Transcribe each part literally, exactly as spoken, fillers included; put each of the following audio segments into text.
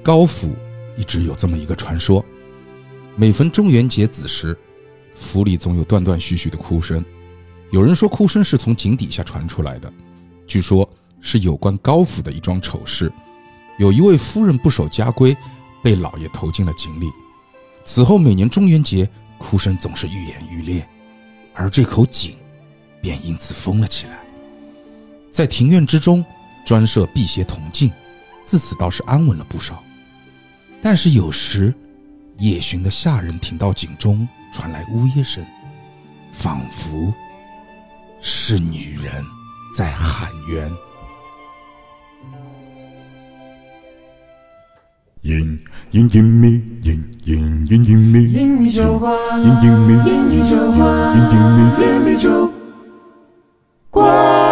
高府一直有这么一个传说，每逢中元节子时，府里总有断断续续的哭声。有人说哭声是从井底下传出来的，据说是有关高府的一桩丑事，有一位夫人不守家规，被老爷投进了井里。此后每年中元节，哭声总是愈演愈烈，而这口井便因此封了起来。在庭院之中专设辟邪铜镜，自此倒是安稳了不少。但是有时夜巡的下人听到井中传来呜咽声，仿佛是女人在喊冤。 隐隐隐秘，隐隐隐隐秘， 隐秘酒馆， 隐隐秘， 隐秘酒馆， 隐隐秘， 隐秘酒馆。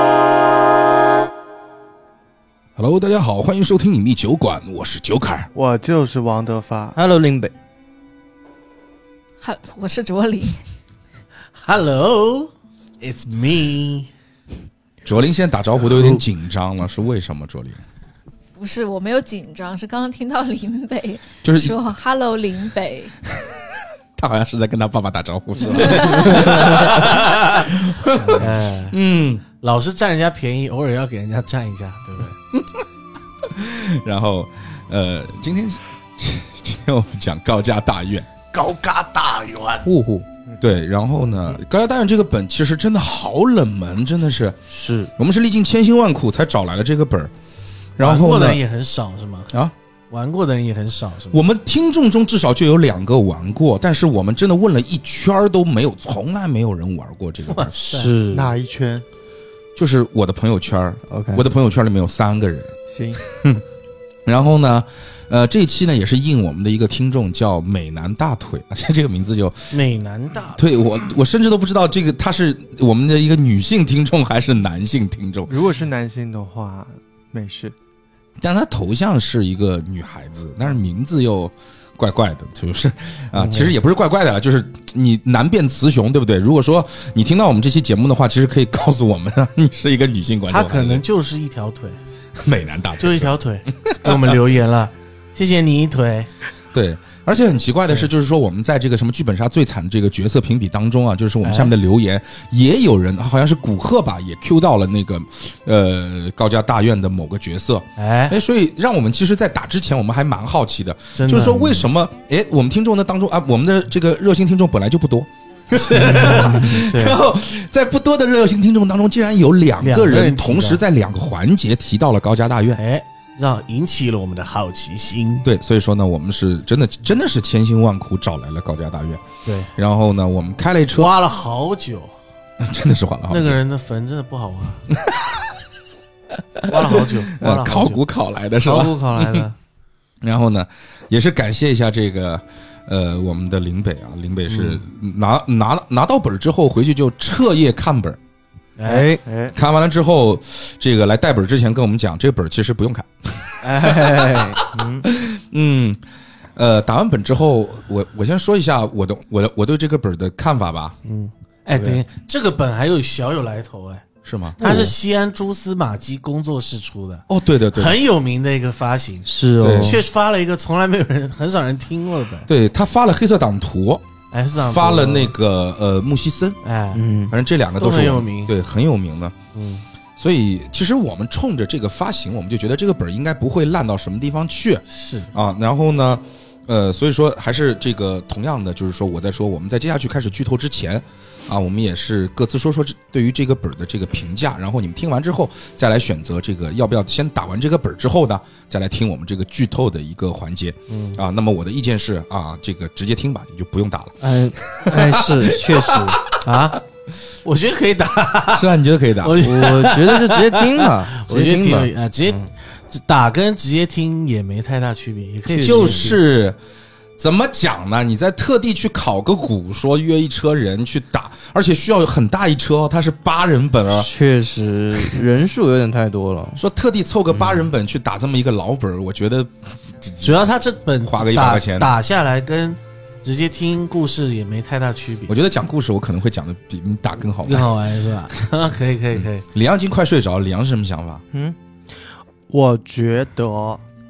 Hello， 大家好，欢迎收听隐秘酒馆，我是九凯， 我就是王德发。 Hello， 林北。 哈，我是卓林。 Hello，it's me。 卓林现在打招呼都有点紧张了，是为什么？卓林？ 不是，我没有紧张，是刚刚听到林北就是说 “Hello， 林北”， 他好像是在跟他爸爸打招呼，是吧？ 呃、嗯，老是占人家便宜，偶尔要给人家占一下，对不对？ 然后，呃，今天今天我们讲高家大院， 高家大院， 呜呼。对，然后呢，高家大院这个本其实真的好冷门，真的是， 是我们是历尽千辛万苦才找来了这个本。然后呢， 玩过的人也很少是吗？ 啊， 玩过的人也很少是吗？ 我们听众中至少就有两个玩过，但是我们真的问了一圈都没有，从来没有人玩过这个本。 是哪一圈？ 就是我的朋友圈 ，OK， 我的朋友圈里面有三个人。 行， 然后呢，呃，这一期呢也是应我们的一个听众叫美男大腿，这个名字就美男大腿。对我，我甚至都不知道这个他是我们的一个女性听众还是男性听众。 如果是男性的话，没事。 但他头像是一个女孩子，但是名字又怪怪的，就是啊，其实也不是怪怪的了，就是你难辨雌雄，对不对？如果说你听到我们这期节目的话，其实可以告诉我们，你是一个女性观众， 他可能就是一条腿， 美男大腿， 就一条腿，给我们留言了，谢谢你一腿。 对。而且很奇怪的是，就是说我们在这个什么剧本杀最惨这个角色评比当中啊，就是我们下面的留言也有人，好像是古贺吧，也 Q 到了那个呃高家大院的某个角色，哎哎，所以让我们其实，在打之前我们还蛮好奇的，就是说为什么哎我们听众的当中啊，我们的这个热心听众本来就不多。然后在不多的热心听众当中，竟然有两个人同时在两个环节提到了高家大院， 哎。让引起了我们的好奇心。 对，所以说呢，我们是真的真的是千辛万苦找来了高家大院。 对， 然后呢，我们开了一车， 花了好久， 真的是花了好久。 那个人的坟真的不好挖，花了好久，花了好久考古考来的是吧？ 考古考来的。 然后呢，也是感谢一下这个呃我们的林北啊，林北是拿、嗯、拿拿到本之后回去就彻夜看本。 哎哎， 看完了之后，这个来带本之前跟我们讲，这个本其实不用看。 哎，嗯嗯，呃，打完本之后，我我先说一下我的我的我对这个本的看法吧。 嗯，哎，等一下，这个本还有小有来头哎， 是吗？ 它是西安蛛丝马迹工作室出的。 哦，对对对， 很有名的一个发行， 是哦， 却发了一个从来没有人很少人听过的本。 对，他发了黑色党图。 哎， 发了那个呃木西森， 哎， 嗯，反正这两个都是很有名， 对，很有名的， 嗯， 所以其实我们冲着这个发行，我们就觉得这个本应该不会烂到什么地方去， 是啊，然后呢，呃，所以说还是这个同样的，就是说我在说我们在接下去开始剧透之前，啊，我们也是各自说说对于这个本的这个评价，然后你们听完之后再来选择这个要不要先打完这个本之后呢，再来听我们这个剧透的一个环节。嗯啊，那么我的意见是啊，这个直接听吧，你就不用打了。 嗯，哎是确实啊，我觉得可以打。 是啊，你觉得可以打？ 我我觉得就直接听吧， 我觉得挺有啊，直接打跟直接听也没太大区别，也可以就是。怎么讲呢？你再特地去考个古，说约一车人去打，而且需要很大一车，它是八人本啊， 确实人数有点太多了。 说特地凑个八人本去打这么一个老本，嗯、我觉得主要他这本花个一百块钱打下来，跟直接听故事也没太大区别。 我觉得讲故事我可能会讲的比你打更好玩， 更好玩是吧？可以可以可以。 李阳已经快睡着，李阳是什么想法？ 嗯，我觉得。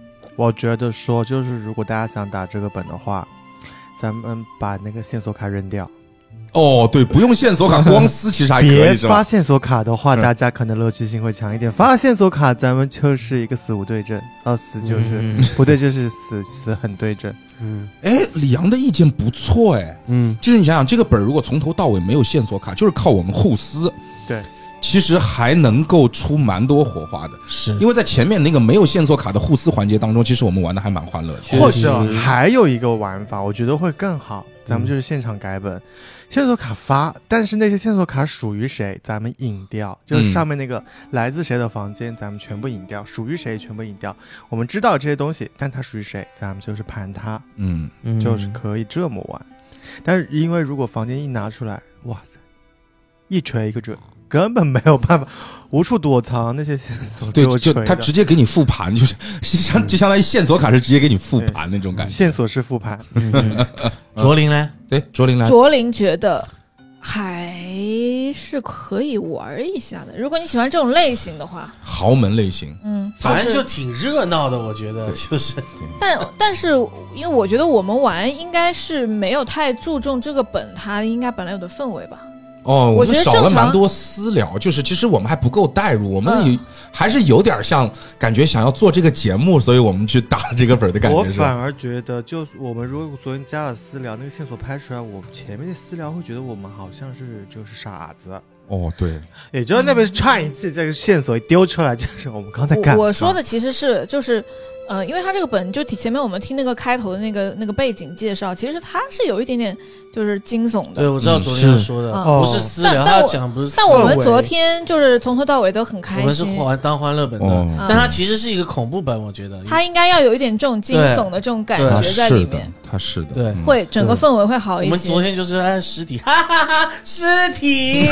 我觉得说，就是如果大家想打这个本的话，咱们把那个线索卡扔掉。 哦，对，不用线索卡，光撕其实还可以， 别是吧？ 发线索卡的话， 嗯大家可能乐趣性会强一点。发了线索卡，咱们就是一个死无对证，哦，死就是、嗯、不对，就是死死很对症。 嗯， 哎，李阳的意见不错，哎， 嗯， 就是你想想，这个本如果从头到尾没有线索卡，就是靠我们互撕， 对， 其实还能够出蛮多火花的。 是因为在前面那个没有线索卡的互撕环节当中，其实我们玩的还蛮欢乐的。 或者还有一个玩法，我觉得会更好，咱们就是现场改本。嗯，线索卡发，但是那些线索卡属于谁，咱们隐掉，就是上面那个来自谁的房间，咱们全部隐掉，属于谁全部隐掉。我们知道这些东西，但它属于谁，咱们就是盘它， 嗯， 就是可以这么玩。但是因为如果房间一拿出来，哇塞，一锤一个准，根本没有办法，无处躲藏，那些线索对，就他直接给你复盘，就是相就相当于线索卡是直接给你复盘那种感觉。 线索是复盘。 嗯、卓林呢？ 对，卓林来。 卓林觉得还是可以玩一下的，如果你喜欢这种类型的话， 豪门类型， 嗯， 反正就挺热闹的，我觉得就是。 但但是，因为我觉得我们玩应该是没有太注重这个本它应该本来有的氛围吧。 哦，我们少了蛮多私私聊，就是其实我们还不够带入，我们有、嗯、还是有点像感觉想要做这个节目，所以我们去打这个本的感觉。 我反而觉得，就我们如果昨天加了私聊，那个线索拍出来，我前面的私聊会觉得我们好像是就是傻子。 哦，对， 也就是那边差一次，这个线索一丢出来，就是我们刚才干。 我, 我说的其实是就是。呃，因为它这个本就前面我们听那个开头的那个那个背景介绍，其实它是有一点点就是惊悚的。 对，我知道昨天说的、嗯、不是私聊，他讲不是私聊。 但我们昨天就是从头到尾都很开心。 我们是欢当欢乐本的、哦，但它其实是一个恐怖本，我觉得它应该要有一点这种惊悚的这种感觉在里面。 它是的， 对， 嗯、 会整个氛围会好一些。 我们昨天就是哎尸体，哈哈哈，尸体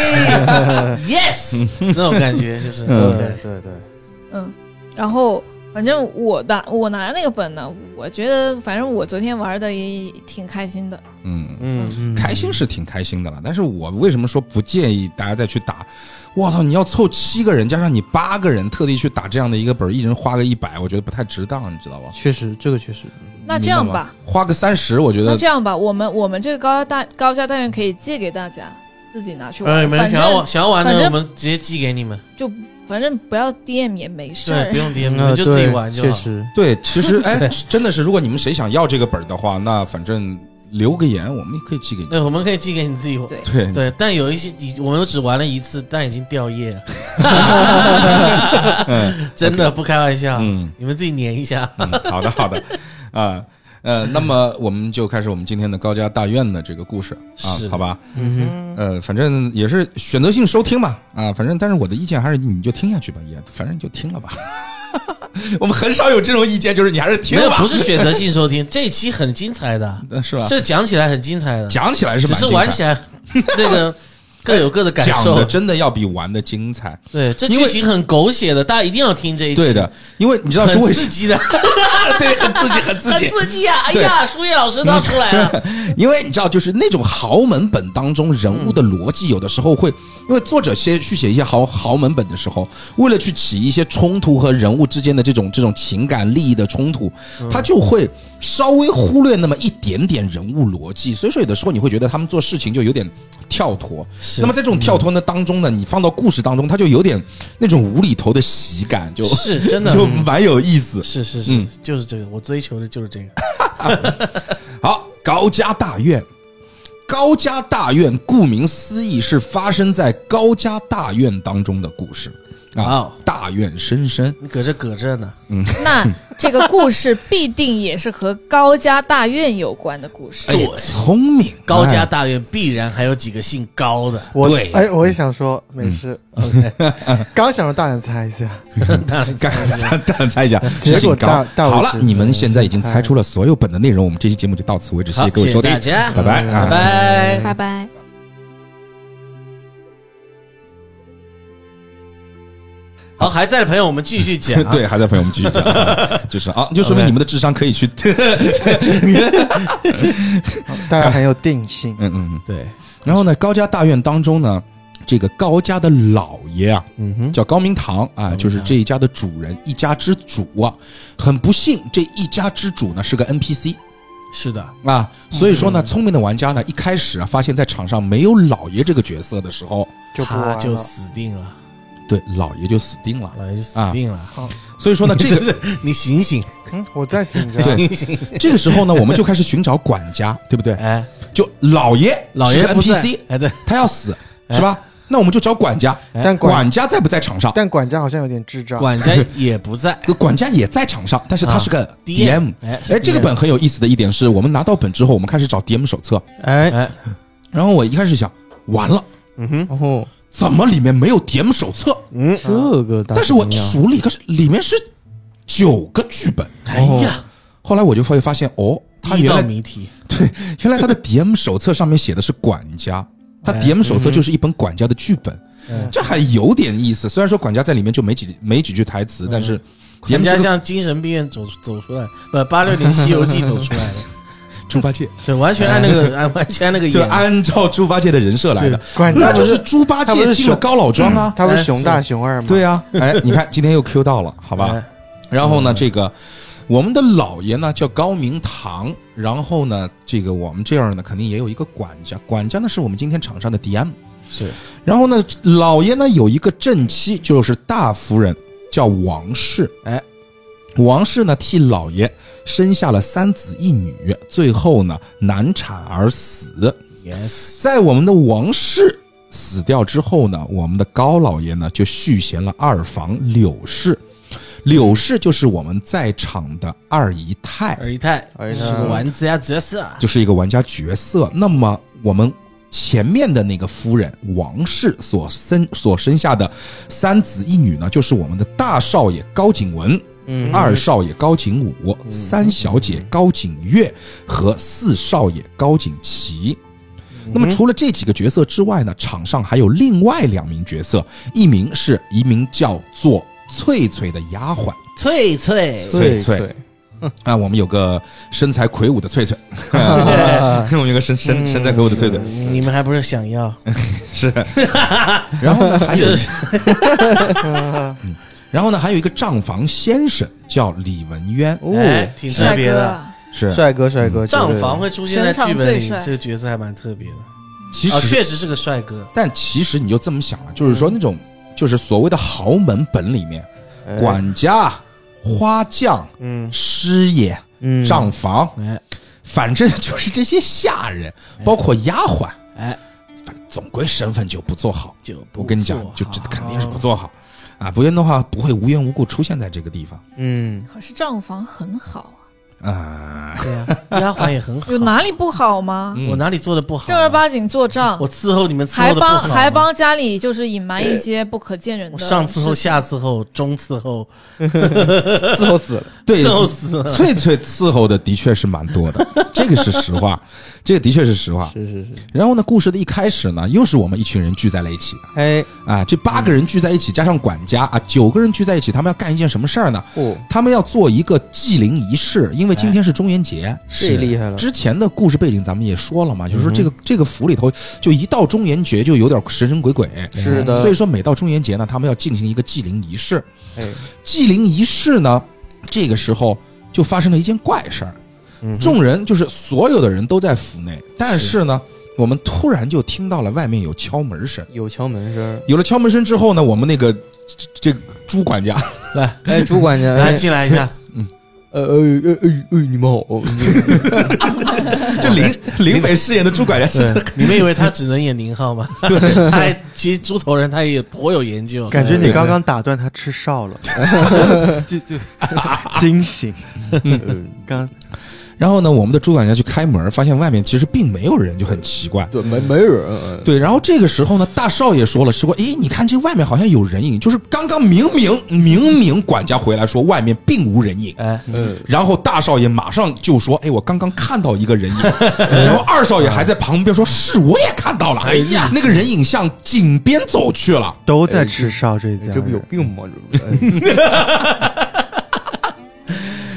，yes， 那种感觉就是， 嗯、对对对， 嗯，然后。反正我拿我拿那个本呢，我觉得反正我昨天玩的也挺开心的。 嗯嗯，开心是挺开心的了，但是我为什么说不建议大家再去打？我操，你要凑七个人加上你八个人，特地去打这样的一个本，一人花个一百，我觉得不太值当，你知道吧？ 确实，这个确实。 那这样吧， 花个三十，我觉得。 那这样吧，我们我们这个高大高家大院可以借给大家，自己拿去玩。 呃，你们想要想要玩的，我们直接寄给你们。 就。反正不要 D M 也没事， 对，不用 D M， 你们就自己玩就好。 确实， 对，其实哎，真的是，如果你们谁想要这个本的话，那反正留个言，我们也可以寄给你。 对，我们可以寄给你自己玩。 对对对，但有一些我们都只玩了一次，但已经掉页了。嗯，真的不开玩笑。嗯，你们自己粘一下。 嗯，好的好的，啊。呃，那么我们就开始我们今天的高家大院的这个故事啊，好吧？ 嗯哼， 呃，反正也是选择性收听嘛，啊，反正但是我的意见还是你就听下去吧，也反正就听了吧。我们很少有这种意见，就是你还是听了吧。 不是选择性收听，这一期很精彩的， 是吧？ 这讲起来很精彩的， 讲起来是蛮精彩， 只是玩起来那个。各有各的感受， 讲的真的要比玩的精彩。 对，这剧情很狗血的，大家一定要听这一期。 对的，因为你知道是为很刺激的， 对，很刺激，很刺激， 很刺激啊！哎呀，舒叶老师都要出来了。 因为你知道，就是那种豪门本当中人物的逻辑，有的时候会，因为作者写去写一些豪豪门本的时候，为了去起一些冲突和人物之间的这种这种情感利益的冲突，他就会稍微忽略那么一点点人物逻辑，所以说有的时候你会觉得他们做事情就有点跳脱。那么在这种跳脱呢当中呢，你放到故事当中，它就有点那种无厘头的喜感，就是真的就蛮有意思。 是是是、嗯，就是这个，我追求的就是这个。好，高家大院，高家大院顾名思义是发生在高家大院当中的故事。啊、哦，大院深深， 你搁这搁这呢。 嗯， 那这个故事必定也是和高家大院有关的故事。 对，聪明， 高家大院必然还有几个姓高的。 对， 哎，我也想说，没事。 嗯、 OK， 刚想让大人猜一下， 大人大人猜一下， 结果大大好了，你们现在已经猜出了所有本的内容，我们这期节目就到此为止，谢谢各位收听， 大家， 拜拜， 拜拜， 拜拜。 好，还在的朋友，我们继续讲。 对，还在的朋友，我们继续讲。就是啊，就说明你们的智商可以去。 大家很有定性。 嗯嗯， 对。 然后呢，高家大院当中呢， 这个高家的老爷啊， 嗯哼， 叫高明堂啊，就是这一家的主人，一家之主啊。很不幸，这一家之主呢是个 N P C 是的啊，所以说呢，聪明的玩家呢一开始啊发现，在场上没有老爷这个角色的时候， 就不他就玩了。 死定了， 对，老爷就死定了。 老爷就死定了。 所以说呢，这个你醒醒， 嗯，我在醒着。 醒醒！ 这个时候呢，我们就开始寻找管家，对不对？ 哎， 就老爷，是个老爷不 N P 在 C， 哎，对， 他要死是吧？那我们就找管家， 但管管家在不在场上？ 但管家好像有点智障。 管家也不在管家也在场上，但是他是个 D M。 哎哎，这个本很有意思的一点是，我们拿到本之后，我们开始找 D M 手册。 哎， 哎， 然后我一开始想，完了， 嗯哼， 哦， 怎么里面没有 D M 手册？ 嗯， 这个大但是我怎么样数了一个，里面是九个剧本。 哎呀， 后来我就会发现，哦，他一道原来谜题， 对，原来他的 D M 手册上面写的是管家，他 D M 手册就是一本管家的剧本，这还有点意思。虽然说管家在里面就没几没几句台词，但是 D 人 M 家是个像精神病院走走出来，不，八六年《西游记》走出来的， 猪八戒， 对，完全按那个按完全按那个就演， 按照猪八戒的人设来的， 管家不那就是猪八戒他不是熊进了高老庄啊。 他不是哎熊大是熊二吗？ 对啊，哎，你看今天又 Q 到了，好吧？ 哎然后呢，这个我们的老爷呢叫高明堂，然后呢，这个我们这样呢肯定也有一个管家，管家呢是我们今天场上的 D M。 是， 然后呢，老爷呢有一个正妻，就是大夫人，叫王氏。 哎， 王氏呢替老爷生下了三子一女，最后呢难产而死。 yes， 在我们的王氏死掉之后呢，我们的高老爷呢就续弦了二房柳氏。柳氏就是我们在场的二姨太， 二姨太二姨太是个玩家角色， 就是一个玩家角色。那么我们前面的那个夫人王氏所生所生下的三子一女呢，就是我们的大少爷高景文、 嗯二少爷高景武、三小姐高景月和四少爷高景琦。那么除了这几个角色之外呢，场上还有另外两名角色，一名是一名叫做翠翠的丫鬟。 翠翠， 翠翠翠， 啊，我们有个身材魁梧的翠翠，我们有个身身身材魁梧的翠翠， 你们还不是想要？ 是。然后呢，还有就，是然后呢，还有一个账房先生叫李文渊， 哎，挺特帅哥别的。 啊， 是。 帅哥帅哥， 账房会出现在剧本里， 全场最帅这个角色还蛮特别的。啊， 其实， 确实是个帅哥。 但其实你就这么想了，就是说那种，就是所谓的豪门本里面， 哎管家、花匠、 嗯师爷、 嗯账房， 哎反正就是这些下人，包括丫鬟， 哎， 反正总归身份就不做好。 就不我跟你讲做， 就好这肯定是不做好啊，不然的话不会无缘无故出现在这个地方嗯， 可是账房很好啊， 啊。 对啊，丫鬟也很好。 有哪里不好吗？ 嗯我哪里做的不好？ 正儿八经做账， 我伺候你们伺还候的不好吗， 帮还帮家里就是隐瞒一些不可见人的我上伺候、 事情下伺候、中伺候， 伺候死了。 对， 伺候死了。 翠翠伺候的的确是蛮多的，这个是实话，这个的确是实话。 是是是， 然后呢，故事的一开始呢，又是我们一群人聚在了一起哎， 啊，这八个人聚在一起，加上管家啊，九个人聚在一起，他们要干一件什么事儿呢？ 哦， 他们要做一个祭灵仪式，因为今天是中元节。 这厉害了。 之前的故事背景咱们也说了嘛，就是说这个这个府里头，就一到中元节就有点神神鬼鬼。 是的， 所以说每到中元节呢，他们要进行一个祭灵仪式。 哎， 祭灵仪式呢，这个时候就发生了一件怪事儿。 嗯哼众人就是所有的人都在府内，但是呢，我们突然就听到了外面有敲门声。 有敲门声。 有了敲门声之后呢，我们那个这这个朱管家， 来， 哎，主管家， 来哎进来一下。 呃呃呃呃呃，你们好。 就林林北饰演的朱管家， 对，你们以为他只能演宁浩吗？对，他还其实猪头人他也颇有研究。 感觉你刚刚打断他吃哨了，就就惊醒。嗯，刚然后呢，我们的朱管家去开门，发现外面其实并没有人，就很奇怪。 对没没人， 对，然后这个时候呢，大少爷说了，说，诶，你看这外面好像有人影，就是刚刚明明明明管家回来说外面并无人影， 哎， 嗯， 然后大少爷马上就说，哎，我刚刚看到一个人影，然后二少爷还在旁边说，是，我也看到了，哎呀，那个人影向井边走去了。 都在吃哨，这家这不有病吗？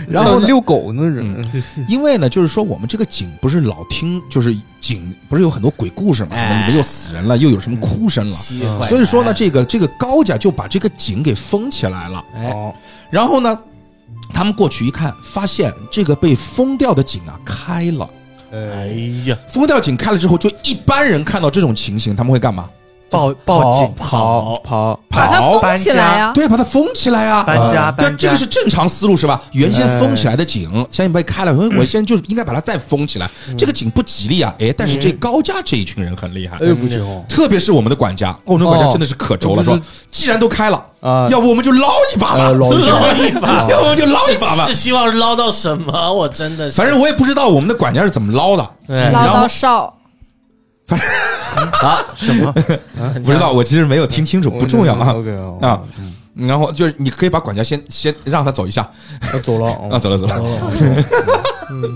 然后呢遛狗那人， 因为呢，就是说我们这个井不是老听，就是井不是有很多鬼故事嘛，什么里面又死人了，又有什么哭声了，所以说呢，这个这个高家就把这个井给封起来了。 哦， 然后呢，他们过去一看，发现这个被封掉的井啊开了。 哎呀， 封掉井开了之后，就一般人看到这种情形，他们会干嘛？ 报报警跑跑把它跑封起来啊！ 对，把它封起来啊！ 搬家对， 搬家这个是正常思路是吧？原先封起来的井，现在被开了，我现在就应该把它再封起来。这个井不吉利啊！哎，但是这高家这一群人很厉害， 哎不行哦， 特别是我们的管家，我们的管家真的是可轴了，说既然都开了啊， 要不我们就捞一把吧， 捞一把， 要不我们就捞一把吧。 是希望捞到什么？我真的是， 反正我也不知道我们的管家是怎么捞的， 捞到少。 反正啊什么不知道，我其实没有听清楚，不重要啊。 OK 啊，然后就是你可以把管家先先让他走一下， 走了啊，走了走了。 嗯，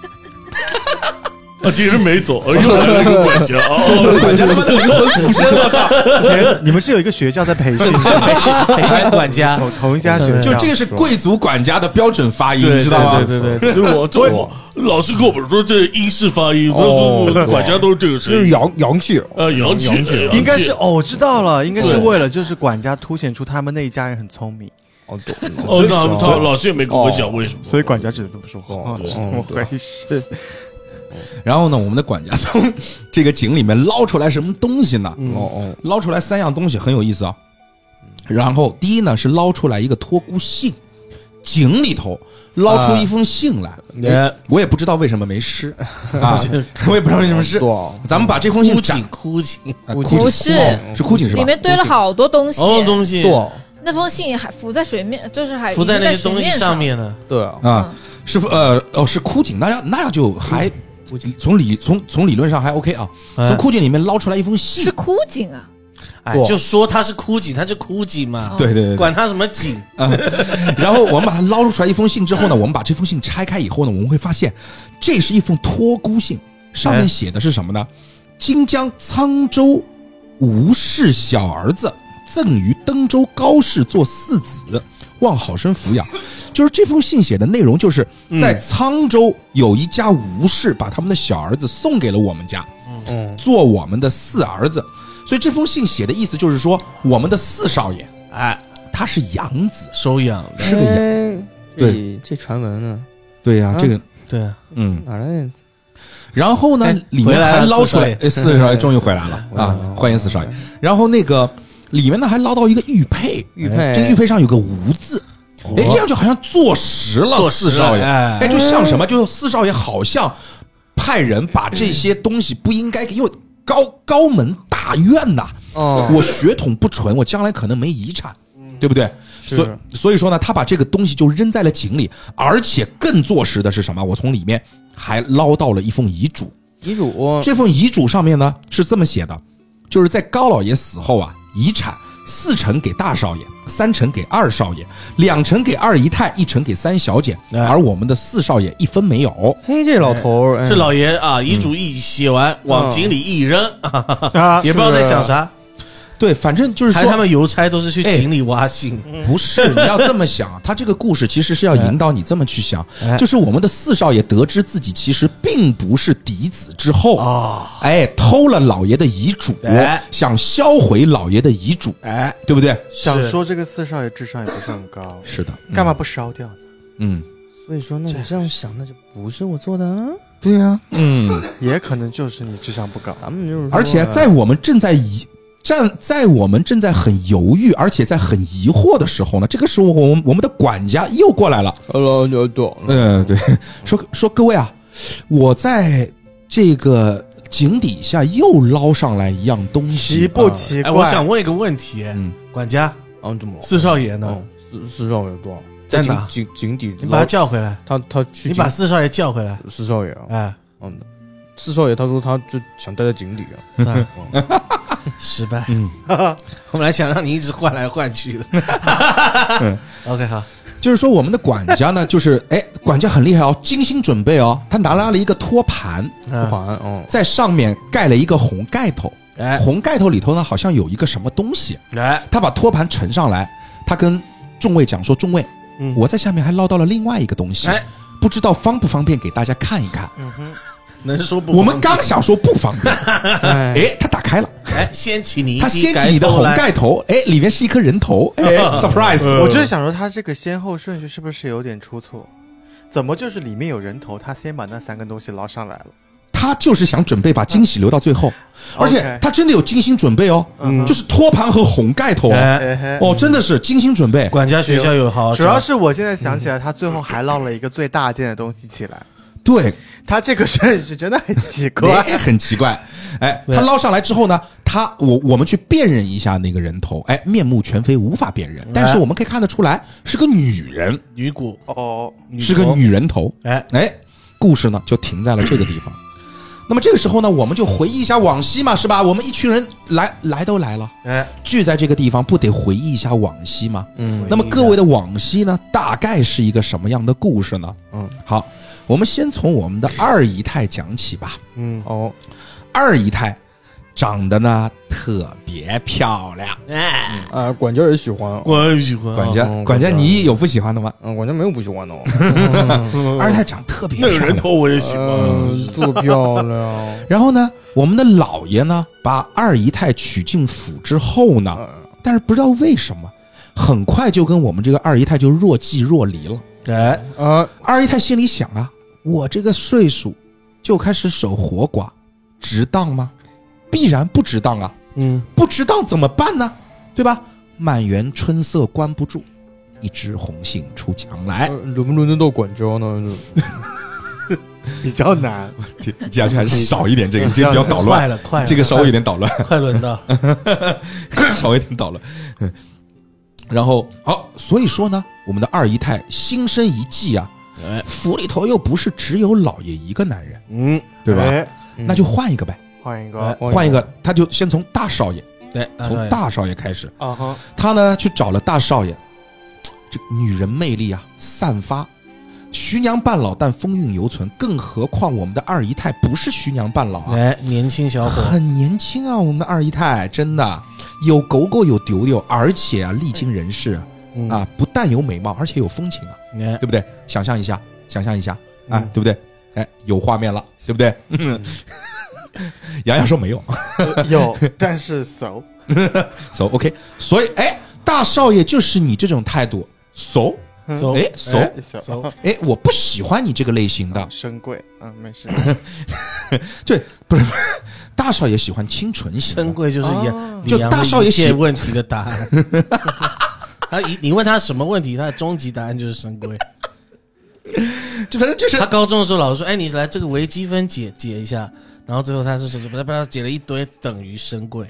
啊，其实没走，又来了一个管家，哦， 管家他妈的灵魂附身，我操！ 前你们是有一个学校在培训培训管家， 同同一家学校， 就这个是贵族管家的标准发音，你知道吗？ 对对对， 就是我，我老师跟我们说这英式发音，我管家都是这个声音， 就是洋洋气， 呃，洋气， 应该是哦，我知道了，应该是为了就是管家凸显出他们那一家人很聪明。 哦，对， 哦，那他老师也没跟我讲为什么， 所以管家只能这么说话， 哦是这么回事。 然后呢，我们的管家从这个井里面捞出来什么东西呢？ 哦哦， 捞出来三样东西很有意思啊。然后第一呢是捞出来一个托孤信，井里头捞出一封信来，哎我也不知道为什么没湿啊，我也不知道为什么湿。咱们把这封信枯井，枯井， 枯井不是是枯井是吧？ 里面堆了好多东西， 好多东西， 那封信还浮在水面，就是还浮在那些东西上面呢。 对啊， 啊，是呃哦是枯井，那要那要就还从理从从理论上还 OK 啊，从枯井里面捞出来一封信， 是枯井啊。 哎，就说它是枯井，它就枯井嘛。 对对对， 管它什么井啊。然后我们把它捞出来一封信之后呢，我们把这封信拆开以后呢，我们会发现这是一封托孤信，上面写的是什么呢？今将沧州吴氏小儿子赠于登州高氏做四子，望好生抚养。就是这封信写的内容，就是在沧州有一家吴氏把他们的小儿子送给了我们家，嗯，做我们的四儿子。所以这封信写的意思就是说，我们的四少爷，哎，他是养子， 收养的， 是个养。对， 这传闻呢？ 对呀，这个对啊， 嗯， 哪来？ 然后呢，里面还捞出来，四少爷终于回来了啊！欢迎四少爷。然后那个里面呢还捞到一个玉佩， 玉佩， 这个玉佩上有个吴字。哎，这样就好像坐实了四少爷，哎，就像什么？就四少爷好像派人把这些东西不应该给，因为高高门大院呐，哦，我血统不纯，我将来可能没遗产，对不对？所以所以说呢，他把这个东西就扔在了井里，而且更坐实的是什么？我从里面还捞到了一封遗嘱。 遗嘱， 这封遗嘱上面呢是这么写的，就是在高老爷死后啊，遗产四成给大少爷，三成给二少爷，两成给二姨太，一成给三小姐，而我们的四少爷一分没有。 嘿，这老头儿， 这老爷啊，遗嘱一写完，往井里一扔，也不知道在想啥。 对，反正就是说， 他们邮差都是去井里挖信， 不是？你要这么想，他这个故事其实是要引导你这么去想，就是我们的四少爷得知自己其实并不是嫡子之后，哎，偷了老爷的遗嘱，想销毁老爷的遗嘱，哎，对不对？ 想说这个四少爷智商也不是很高， 是的， 干嘛不烧掉呢？ 嗯， 所以说，那你这样想，那就不是我做的了。 对呀，嗯， 也可能就是你智商不高， 咱们就是， 而且在我们正在疑。站在我们正在很犹豫，而且在很疑惑的时候呢，这个时候我们我们的管家又过来了。嗯，对，说说各位啊，我在这个井底下又捞上来一样东西， 奇不奇怪？ 哎，我想问一个问题，嗯，管家， 啊，怎么？ 四少爷呢？ 四四少爷多少？ 在哪？ 井井底， 你把他叫回来。 他他去， 你把四少爷叫回来。 四少爷啊， 哎， 嗯，四少爷他说他就想待在井底啊， 算了。失败，嗯，我本来想让你一直换来换去的。嗯、OK， 好， 就是说我们的管家呢，就是哎，管家很厉害哦，精心准备哦，他拿来了一个托盘， 托盘哦， 在上面盖了一个红盖头，哎，红盖头里头呢好像有一个什么东西，哎，他把托盘盛上来，他跟众位讲说，众位， 嗯我在下面还捞到了另外一个东西， 哎不知道方不方便给大家看一看。 嗯哼， 能说不？ 我们刚想说不方便， 哎， 哎，它打开了， 哎，掀起你一它滴掀起你的红来盖头，哎，里面是一颗人头，哎，surprise！ 我就是想说，他这个先后顺序是不是有点出错？怎么就是里面有人头，他先把那三根东西捞上来了？ 他就是想准备把惊喜留到最后，而且 OK 他真的有精心准备哦， 嗯就是托盘和红盖头哦， 哎， 哎嘿， 哦，真的是精心准备。 管家学校有好好教， 主要是我现在想起来，他最后还捞了一个最大件的东西起来， 对， 他这个顺序真的很奇怪。 哎，很奇怪。哎， 对他捞上来之后呢，他我我们去辨认一下那个人头，哎，面目全非，无法辨认，但是我们可以看得出来是个女人， 女骨， 哦， 女是个头， 女人头。 哎， 哎，故事呢就停在了这个地方。那么这个时候呢，我们就回忆一下往昔嘛，是吧？我们一群人来来都来了， 哎， 聚在这个地方，不得回忆一下往昔吗？ 嗯那么各位的往昔呢，大概是一个什么样的故事呢？ 嗯， 好，我们先从我们的二姨太讲起吧。 嗯， 哦， 二姨太长得呢特别漂亮， 哎， 啊，管家也喜欢， 我也喜欢啊管家， 嗯管家，你有不喜欢的吗？ 嗯，管家没有不喜欢的哦， 二姨太长得特别漂亮， 那个人头我也喜欢。 嗯，这么漂亮， 然后呢，我们的老爷呢，把二姨太娶进府之后呢， 嗯但是不知道为什么，很快就跟我们这个二姨太就若即若离了。 哎， 啊， 二姨太心里想啊，我这个岁数就开始守活寡，值当吗？必然不值当啊！ 嗯， 不值当怎么办呢？对吧？满园春色关不住，一枝红杏出墙来。 呃轮不轮得到管家呢？ 比较难。 接下去还是少一点这个，这个比较捣快乱， 了，快了， 这个稍微有点捣乱， 快轮到， 稍微有点捣乱。嗯然后好、所以说呢，我们的二姨太心生一计啊， 哎， 府里头又不是只有老爷一个男人， 嗯， 对吧？ 哎那就换一个呗， 换一个哎换一个，他就先从大少爷， 对， 从大少爷开始。 啊哈， 他呢去找了大少爷，这个女人魅力啊散发，徐娘半老但风韵犹存，更何况我们的二姨太不是徐娘半老啊， 哎，年轻小伙， 很年轻啊，我们的二姨太真的有狗狗有丢丢，而且啊历经人世嗯， 啊，不但有美貌，而且有风情啊， 哎对，不对？想象一下，想象一下啊， 嗯对不对？哎，有画面了，对不对？洋洋说没有有，但是 so ，so OK，所以哎，大少爷就是你这种态度，so 走， 哎，so 哎 so 走， 哎，我不喜欢你这个类型的， 深贵，嗯，没事。 对，不是不是大少爷喜欢清纯型深的， 贵就是杨哦， 李阳的就大少爷一切喜问题的答案。他一你问他什么问题，他的终极答案就是深贵。 就反正就是他高中的时候，老师说：“哎，你来这个微积分解解一下。”然后最后他是说：“不不，解了一堆等于深贵。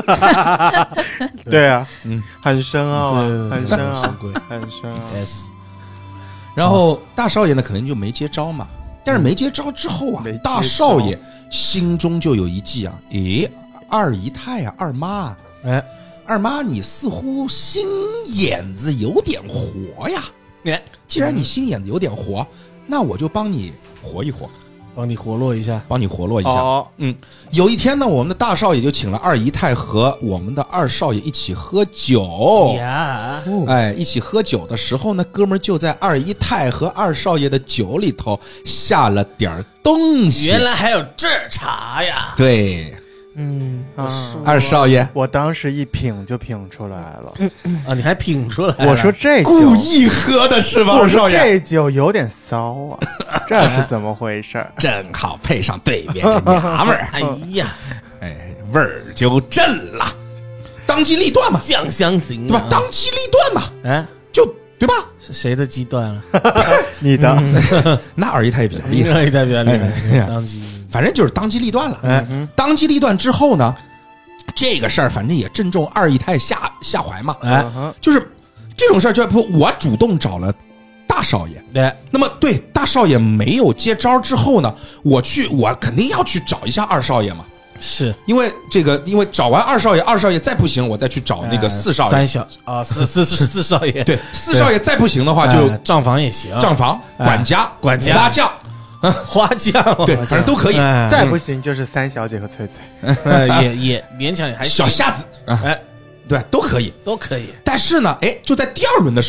对啊， 嗯嗯，很深奥啊， 对对对很深奥深，贵很深奥。 S 然后大少爷呢，可能就没接招嘛。但是没接招之后啊没接，招大少爷心中就有一计啊，诶，二姨太啊，二妈啊， 哎， 二妈你似乎心眼子有点活呀。 哎， 既然你心眼子有点活，那我就帮你活一活， 帮你活络一下。 帮你活络一下。 哦， 嗯，有一天呢，我们的大少爷就请了二姨太和我们的二少爷一起喝酒。 呀， 哎，一起喝酒的时候呢，哥们儿就在二姨太和二少爷的酒里头下了点儿东西。 原来还有这茬呀！ 对， 嗯啊， 二少爷我当时一品就品出来了。 啊，你还品出来了？ 我说这酒故意喝的是吧？ 我二少爷说这酒有点骚啊，这是怎么回事？ 正好配上对面这娘们儿， 哎呀， 哎，味儿就正了，当机立断嘛， 酱香型啊对吧？当机立断嘛， 哎， 就对吧？ 是谁的鸡断了？ 你的那二姨太也比较厉害， 厉害，代表厉哎哎呀害，当机。 反正就是当机立断了。 哎， 当机立断之后呢，这个事儿反正也正中二姨太下下怀嘛。 哎， 就是这种事儿，就不我主动找了大少爷。 对， 那么对大少爷没有接招之后呢，我去我肯定要去找一下二少爷嘛， 是因为这个，因为找完二少爷，二少爷再不行，我再去找那个四少爷。 三小啊，四四四四少爷， 对，四少爷再不行的话，就哎账房也行， 账房、 哎管家、 管家花匠， 花匠， 对，反正都可以。 哎再不行就是三小姐和翠翠。 哎也也勉强也还行小瞎子啊， 哎， 对，都可以。 都可以。 但是呢，哎，就在第二轮的时候，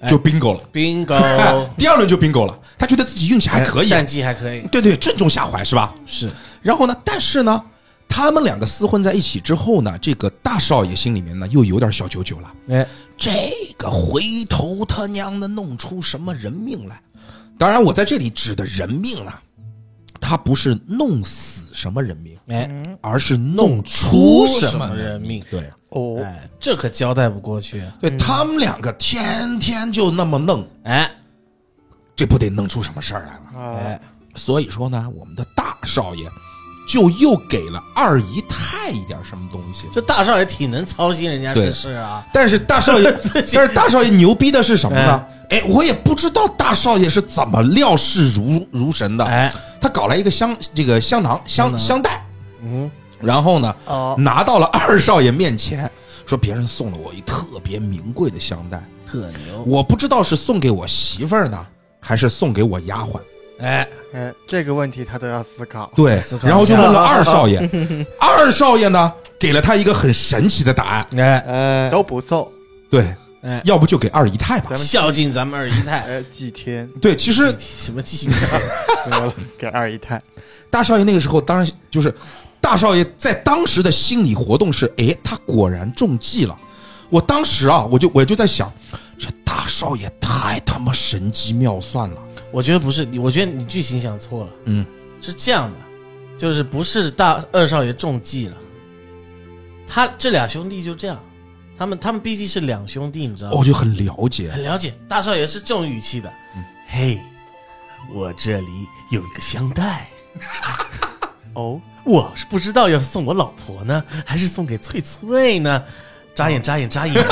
就 bingo 了。 bingo， 第二轮就 bingo 了，他觉得自己运气还可以， 战绩还可以， 对对，正中下怀是吧？ 是。 然后呢，但是呢，他们两个厮混在一起之后呢，这个大少爷心里面呢又有点小九九了。 哎， 这个回头他娘的弄出什么人命来？当然，我在这里指的人命呢，他不是弄死什么人命， 哎， 而是弄出什什么么人人命？ 对哦， 哎，这可交代不过去。 对，他们两个天天就那么弄， 哎这不得弄出什么事儿来吗？ 啊哎， 所以说呢，我们的大少爷就又给了二姨太一点什么东西。 这大少爷挺能操心人家对这事啊。 但是大少爷，但是大少爷牛逼的是什么呢？哎，我也不知道大少爷是怎么料事如如神的。 哎， 他搞来一个香这个香囊香香袋， 嗯， 然后呢， 哦， 拿到了二少爷面前，说别人送了我一特别名贵的香袋， 特牛。 我不知道是送给我媳妇儿呢，还是送给我丫鬟。 哎， 哎，这个问题他都要思考。 对思，考一下然后就问了二少爷，二少爷呢给了他一个很神奇的答案， 哎哎， 都不送， 对， 哎， 要不就给二姨太吧咱。们孝敬咱们二姨太。 哎，几天对，其实什么记性？ 没有了，给二姨太。 大少爷那个时候当然就是大少爷在当时的心理活动是，哎，他果然中计了。我当时啊，我就我就在想，这大少爷太他妈神机妙算了。 我觉得不是，我觉得你剧情想错了。 嗯， 是这样的，就是不是大二少爷中计了，他这俩兄弟就这样，他们他们毕竟是两兄弟，你知道吗？ 我就很了解。 很了解，大少爷是这种语气的。 嗯嘿，我这里有一个香袋， 哦， 我是不知道要送我老婆呢，还是送给翠翠呢？眨眼，眨眼，眨眼。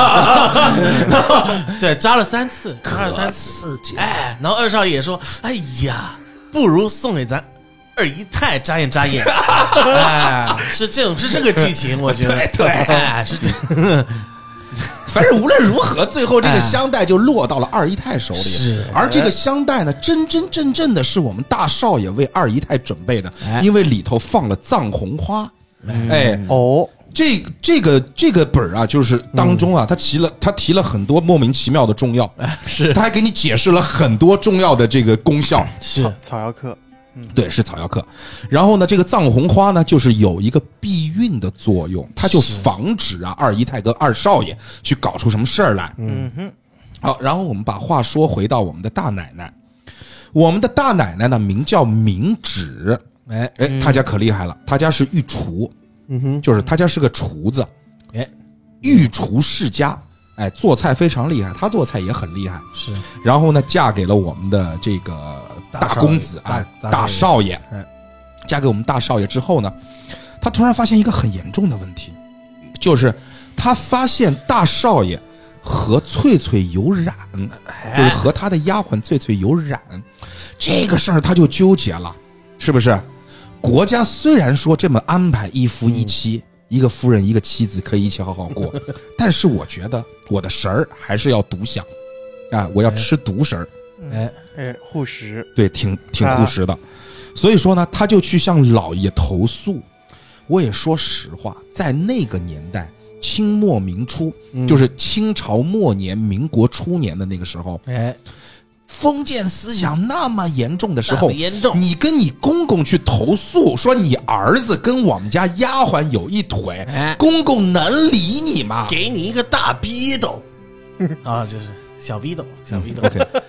对，眨了三次，眨了三次。 刺激！ 哎，然后二少爷也说：“哎呀，不如送给咱二姨太眨眼眨眼。”哎，是这种，是这个剧情，我觉得。 对对哎，是这。 反正无论如何，最后这个香袋就落到了二姨太手里。 是而这个香袋呢，真真正正的是我们大少爷为二姨太准备的， 哎因为里头放了藏红花。哎， 哦， 这这个这个本儿啊，就是当中啊，他提了他提了很多莫名其妙的中药， 是他还给你解释了很多中药的这个功效。 是草药课， 对，是草药课。然后呢，这个藏红花呢，就是有一个避孕的作用，它就防止啊二姨太跟二少爷去搞出什么事儿来。 嗯哼， 好，然后我们把话说回到我们的大奶奶，我们的大奶奶呢名叫明芷， 哎哎，她家可厉害了，她家是御厨， 嗯哼， 就是她家是个厨子， 哎， 御厨世家，哎，做菜非常厉害，她做菜也很厉害。 是然后呢，嫁给了我们的这个大公子大啊， 大大少爷。 哎嫁给我们大少爷之后呢，他突然发现一个很严重的问题，就是他发现大少爷和翠翠有染，就是和他的丫鬟翠翠有染，这个事儿他就纠结了，是不是？国家虽然说这么安排一夫一妻，一个夫人一个妻子可以一起好好过，但是我觉得我的食儿还是要独享啊，我要吃独食儿。 哎哎，护食， 对，挺挺护食的。所以说呢，他就去向老爷投诉。我也说实话，在那个年代，清末明初，就是清朝末年、民国初年的那个时候， 哎， 封建思想那么严重的时候那么，严重， 你跟你公公去投诉，说你儿子跟我们家丫鬟有一腿， 哎， 公公能理你吗？ 给你一个大逼斗啊，就是小逼斗，小逼斗。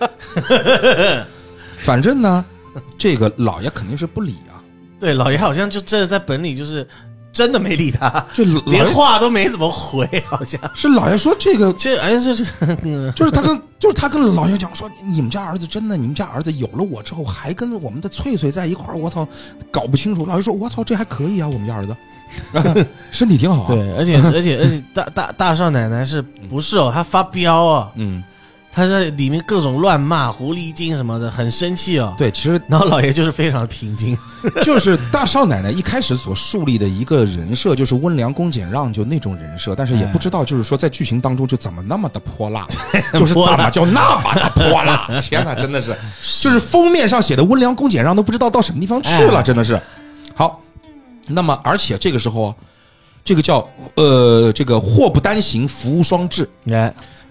OK， 反正呢，这个老爷肯定是不理啊。 对，老爷好像就真的在本里就是真的没理他， 就老连爷话都没怎么回，好像。 是老爷说这个， 这哎，这这，嗯就是他跟就是他跟老爷讲说，你们家儿子真的，你们家儿子有了我之后还跟我们的翠翠在一块儿，我操，搞不清楚。老爷说，我操，这还可以啊，我们家儿子身体挺好啊。， 对，而且而且而且大大大少奶奶是不是哦？她发飙啊， 嗯， 她在里面各种乱骂狐狸精什么的，很生气哦。 对，其实然后老爷就是非常平静， 就是大少奶奶一开始所树立的一个人设，就是温良恭俭让，就那种人设，但是也不知道，就是说在剧情当中就怎么那么的泼辣，就是怎么就那么的泼辣？天哪，真的是，就是封面上写的温良恭俭让都不知道到什么地方去了，真的是。好，那么而且这个时候，这个叫呃，这个祸不单行，福无双至。 哎，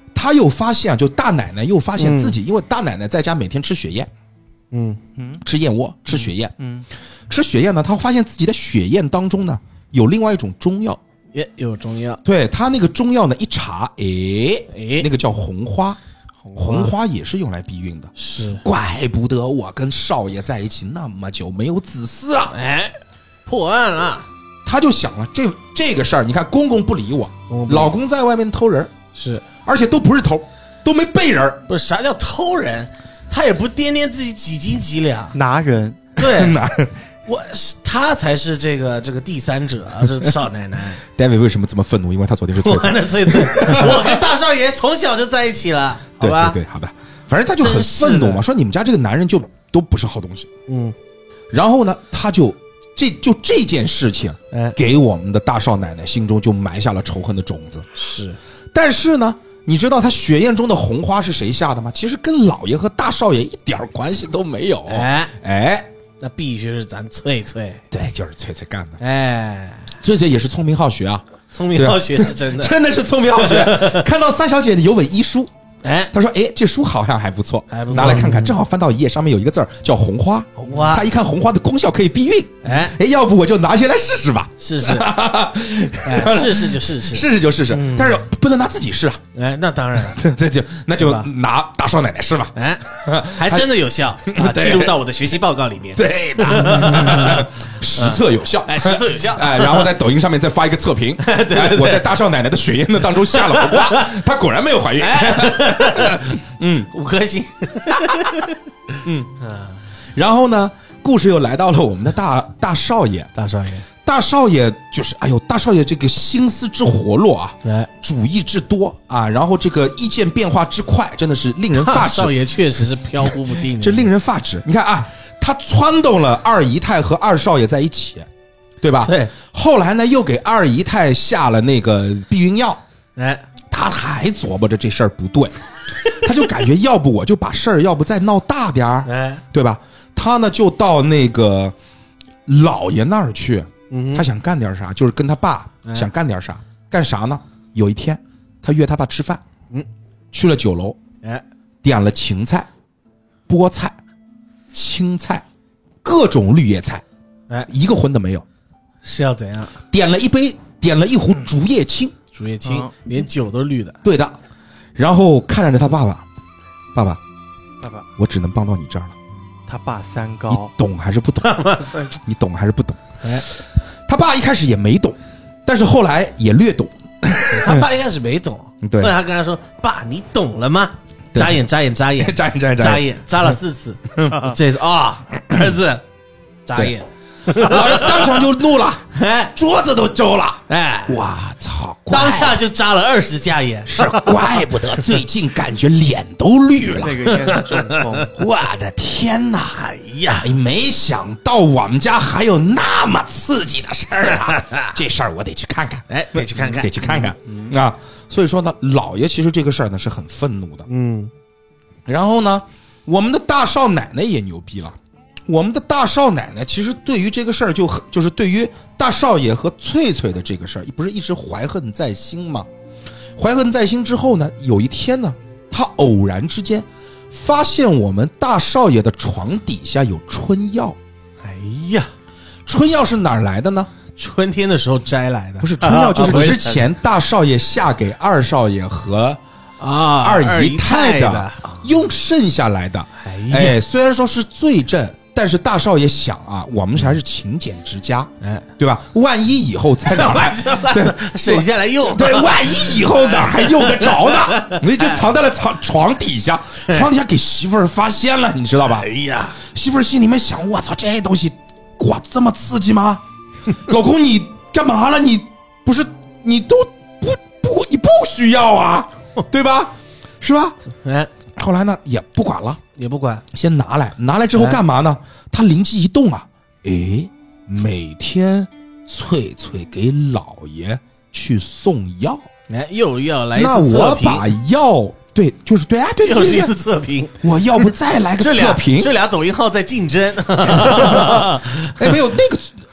他又发现，就大奶奶又发现自己，因为大奶奶在家每天吃血燕， 嗯嗯吃燕窝，吃血燕， 嗯， 吃血燕呢，他发现自己的血燕当中呢有另外一种中药， 也有中药， 对他那个中药呢一查，哎哎那个叫红花，红花也是用来避孕的， 是， 怪不得我跟少爷在一起那么久没有子嗣啊！ 哎，破案了， 他就想了，这这个事儿，你看公公不理我， 公公不理老公在外面偷人， 是， 而且都不是偷，都没背人， 不是啥叫偷人？他也不掂掂自己几斤几两， 拿人， 对， 哪儿我他才是这个这个第三者啊，这少奶奶。 David 为什么这么愤怒？因为他昨天是翠我翠。 的翠翠，我跟大少爷从小就在一起了，好对吧？ 对对，好的。反正他就很愤怒嘛，说你们家这个男人就都不是好东西。 嗯， 然后呢，他就这就这件事情， 哎， 给我们的大少奶奶心中就埋下了仇恨的种子。 是， 但是呢，你知道他血燕中的红花是谁下的吗？其实跟老爷和大少爷一点关系都没有。 哎哎， 那必须是咱翠翠， 对，就是翠翠干的。 哎， 翠翠也是聪明好学啊， 聪明好学是真的， 真的是聪明好学。看到三小姐的有本医书， 哎， 他说：“哎，这书好像还不错， 还不错拿来看看。”正好翻到一页，上面有一个字儿叫红花。 红花他一看红花的功效可以避孕， 哎， 哎，要不我就拿些来试试吧。 试试，哎，试试就试试， 试试就试试，但是不能拿自己试啊。 哎，那当然， 这这就那就对吧拿大少奶奶试吧。 哎，还真的有效啊， 对记录到我的学习报告里面， 对的，实测有效。 哎，实测有效， 哎，然后在抖音上面再发一个测评，哎，我在大少奶奶的血燕的当中下了红花，她果然没有怀孕。 嗯，五颗星， 嗯，然后呢，故事又来到了我们的大大少爷， 大少爷， 大少爷就是，哎呦，大少爷这个心思之活络啊， 哎， 主意之多啊，然后这个意见变化之快，真的是令人发指。 大少爷确实是飘忽不定的， 这令人发指。你看啊，他撺动了二姨太和二少爷在一起，对吧？ 对。 后来呢，又给二姨太下了那个避孕药， 哎， 他还琢磨着这事儿不对，他就感觉要不我就把事儿要不再闹大点儿， 哎， 对吧？他呢就到那个老爷那儿去， 嗯他想干点啥，就是跟他爸哎想干点啥，干啥呢？有一天，他约他爸吃饭， 嗯， 去了酒楼， 哎， 点了芹菜、菠菜、青菜，各种绿叶菜， 哎， 一个荤的没有。 是要怎样？ 点了一杯，点了一壶竹叶青， 竹叶青嗯， 连酒都绿的， 对的。然后看着他爸爸，爸爸， 爸爸， 我只能帮到你这儿了， 他爸三你高， 懂还是不懂？你懂还是不懂？ 哎， 他爸一开始也没懂，但是后来也略懂。 他爸一开始没懂， 对后来他跟他说：“爸，你懂了吗？” 对眨眼，眨眼，眨眼， 眨眼眨眼眨眼，眨了四次。这次啊，儿子，眨眼， 老爷当场就怒了， 哎桌子都周了。 哎， 我操！ 当下就眨了二十下眼。 是怪不得最近感觉脸都绿了。 那个应该是中风。 我的天哪！ 哎呀， 哎，没想到我们家还有那么刺激的事儿啊！这事儿我得去看看， 哎，得去看看得。去看看啊！所以说呢，老爷其实这个事儿呢是很愤怒的。 嗯， 然后呢，我们的大少奶奶也牛逼了。我们的大少奶奶其实对于这个事儿就很，就是对于大少爷和翠翠的这个事儿，不是一直怀恨在心吗？怀恨在心之后呢，有一天呢，她偶然之间发现我们大少爷的床底下有春药。 哎呀， 春药是哪儿来的呢？ 春天的时候摘来的， 不是春药，就是之前大少爷下给二少爷和啊， 二姨太的的，用剩下来的。 哎呀， 哎，虽然说是罪证，但是大少爷想啊，我们还是勤俭持家， 哎， 对吧？万一以后再哪来，对省下来用， 对，万一以后哪还用得着呢？所以就藏在了床床底下，床底下给媳妇儿发现了，你知道吧哎？呀， 媳妇儿心里面想：我操，这东西，哇，这么刺激吗？老公，你干嘛了？你不是你都不不你不需要啊，对吧？是吧？ 哎， 后来呢也不管了。 也不管， 先拿来，拿来之后干嘛呢？他灵机一动啊，诶，每天翠翠给老爷去送药， 哎，又要来一次那测评我把药，对，就是对啊，对对又是一次对对， 测评， 我要不再来个这俩测评？ 这俩抖音号在竞争， 哎，没有那个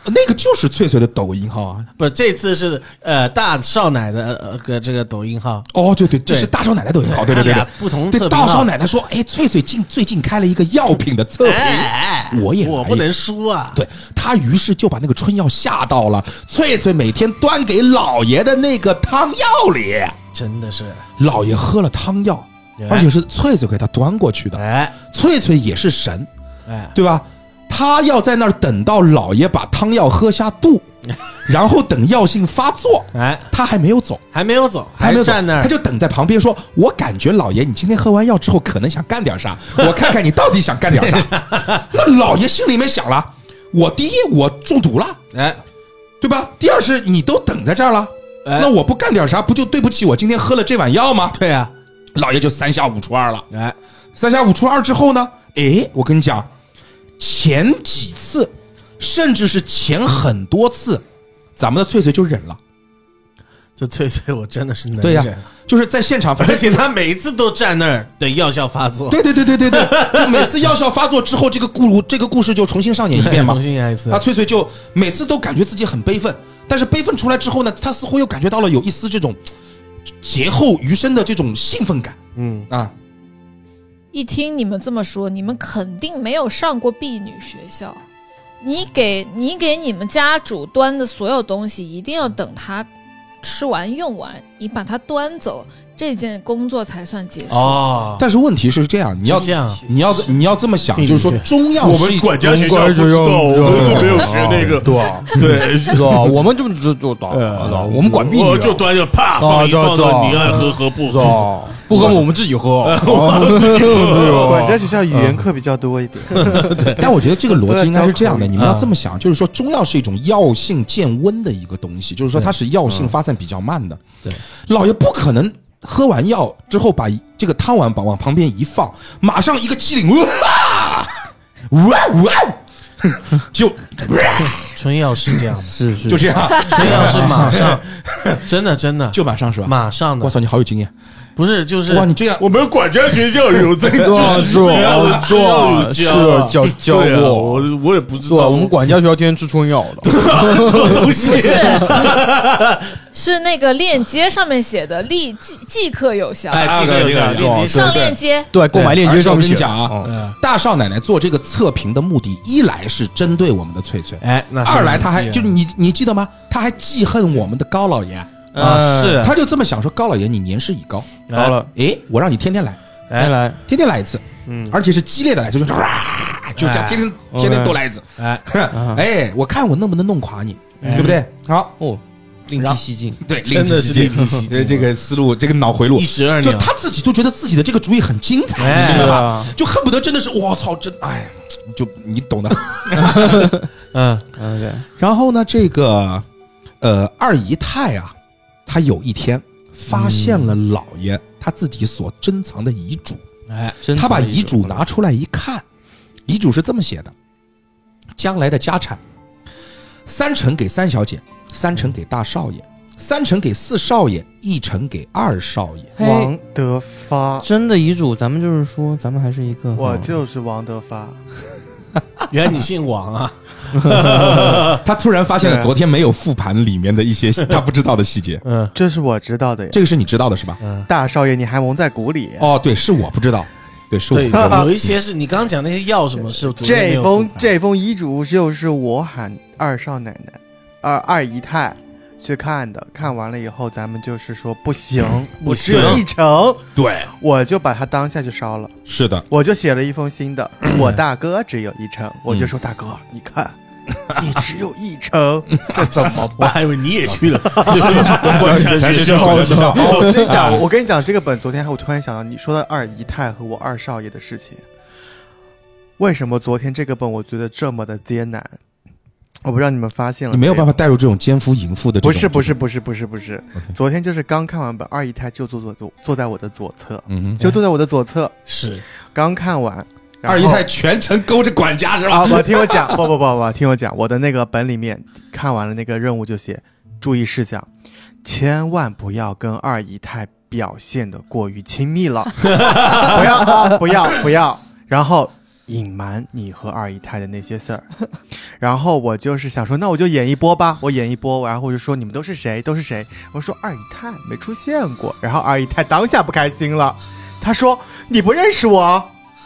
那个就是翠翠的抖音号啊。 不是，这次是呃大少奶的呃个这个抖音号。 哦，对对，这是大少奶奶抖音号，对对对对， 不同对。 测评号大少奶奶说，哎，翠翠近最近开了一个药品的测评， 哎我也我不能输啊。 对，他于是就把那个春药下到了翠翠每天端给老爷的那个汤药里， 真的是老爷喝了汤药，而且是翠翠给他端过去的。 哎， 翠翠也是神， 哎， 对吧？他要在那儿等到老爷把汤药喝下肚，然后等药性发作， 哎， 他还没有走， 还没有走， 还没有走站那儿， 他就等在旁边说：“我感觉老爷你今天喝完药之后可能想干点啥，我看看你到底想干点啥。”那老爷心里面想了：我第一我中毒了， 哎， 对吧？第二是你都等在这儿了， 哎那我不干点啥，不就对不起我今天喝了这碗药吗？ 对啊， 老爷就三下五除二了。 哎， 三下五除二之后呢？哎，我跟你讲，前几次，甚至是前很多次，咱们的翠翠就忍了。 这翠翠我真的是能对呀、 忍， 就是在现场，反正而且他每一次都站那儿等药效发作， 对对对对对对，就每次药效发作之后，这个故这个故事就重新上演一遍嘛。 重新来一次啊，翠翠就每次都感觉自己很悲愤，但是悲愤出来之后呢，她似乎又感觉到了有一丝这种劫后余生的这种兴奋感。 嗯啊， 一听你们这么说，你们肯定没有上过婢女学校。你给你给你们家主端的所有东西，一定要等他吃完用完，你把它端走，这件工作才算结束。 哦， 但是问题是这样，你要是这样你要你要这么想， 对就是说中药我是一们管家学校不知道，我们都没有学那个。 对啊， 对， 是吧？我们就就就打，我们管婢女啊， 我就端着啪放一放的，你爱喝喝不是喝。 吧？不喝我们自己喝， 我们自己喝。 管家学校语言课比较多一点， 但我觉得这个逻辑应该是这样的， 都在教口语你们要这么想，就是说中药是一种药性渐温的一个东西，就是说它是药性发散比较慢的。 对， 老爷不可能喝完药之后把这个汤碗把往旁边一放，马上一个机灵，哇哇哇，就春药是这样的， 是是就这样， 春药是马上，真的真的就马上是吧？ 马上的我，操，你好有经验！ 不是就是哇，你这样我们管家学校有这个，就是对要对有是教教教对啊过我我也不知对， 道， 我们管家学校天天吃春药的， 什么东西不？是，是那个链接上面写的立即即刻有效， 哎，这个有点对链接上链接。 对，购买链接上面写而且我跟你讲啊嗯大少奶奶做这个测评的目的，一来是针对我们的翠翠， 哎，那是二来她还就是你你记得吗？她还记恨我们的高老爷， 啊是她就这么想说：高老爷，你年事已高， 高了， 哎，我让你天天来， 来来， 天天来一次， 嗯， 而且是激烈的来，就是哇，就这样哎天天天天都来一次， 哎哎，我看我能不能弄垮你，对不对？好， 哦，另辟蹊径， 对， 真的是另辟蹊径这个思路，这个脑回路一，石二鸟， 就他自己都觉得自己的这个主意很精彩， 哎你知道吧？ 啊， 就恨不得真的是我操，真哎，就你懂的。 嗯嗯对， 然后呢，这个呃二姨太啊，她有一天发现了老爷他自己所珍藏的遗嘱， 哎真他把遗藏遗嘱嘱拿出来一看，遗嘱是这么写的：将来的家产，三成给三小姐，三成给大少爷，三成给四少爷，一成给二少爷。 嘿王德发， 真的遗嘱，咱们就是说，咱们还是一个， 我就是王德发。 原来你姓王啊， 他突然发现了对昨天没有复盘里面的一些他不知道的细节， 嗯这是我知道的呀。 这个是你知道的是吧？ 嗯， 大少爷，你还蒙在鼓里。 哦，对，是我不知道，对，是我对不知道。， 有一些是你刚刚讲那些药什么是昨天没这封有复盘这封遗嘱就是我喊二少奶奶、二二姨太去看的。看完了以后，咱们就是说不行， 不我只有行一成， 对， 我就把它当下就烧了。 是的， 我就写了一封新的，我大哥只有一成，我就说大哥，你看，你只有一成，这怎么我办？ 还以为你也去了，就是管家学校， 哦，我跟你讲，我跟你讲，这个本昨天我突然想到你说的二姨太和我二少爷的事情，为什么昨天这个本我觉得这么的艰难？我不知道你们发现了你没有办法。 法带入这种奸夫淫妇的这种。 不是不是不是不是不是 OK， 昨天就是刚看完本，二姨太就坐坐坐坐在我的左侧， 嗯哼， 就坐在我的左侧， 是刚看完，然后二姨太全程勾着管家是吧？ 啊，不听我讲，不不不不，听我讲，我的那个本里面看完了那个任务就写注意事项，千万不要跟二姨太表现的过于亲密了，不要啊不要不要，然后隐瞒你和二姨太的那些事儿。然后我就是想说，那我就演一波吧，我演一波，然后我就说你们都是谁，都是谁？我说二姨太没出现过，然后二姨太当下不开心了，她说你不认识我，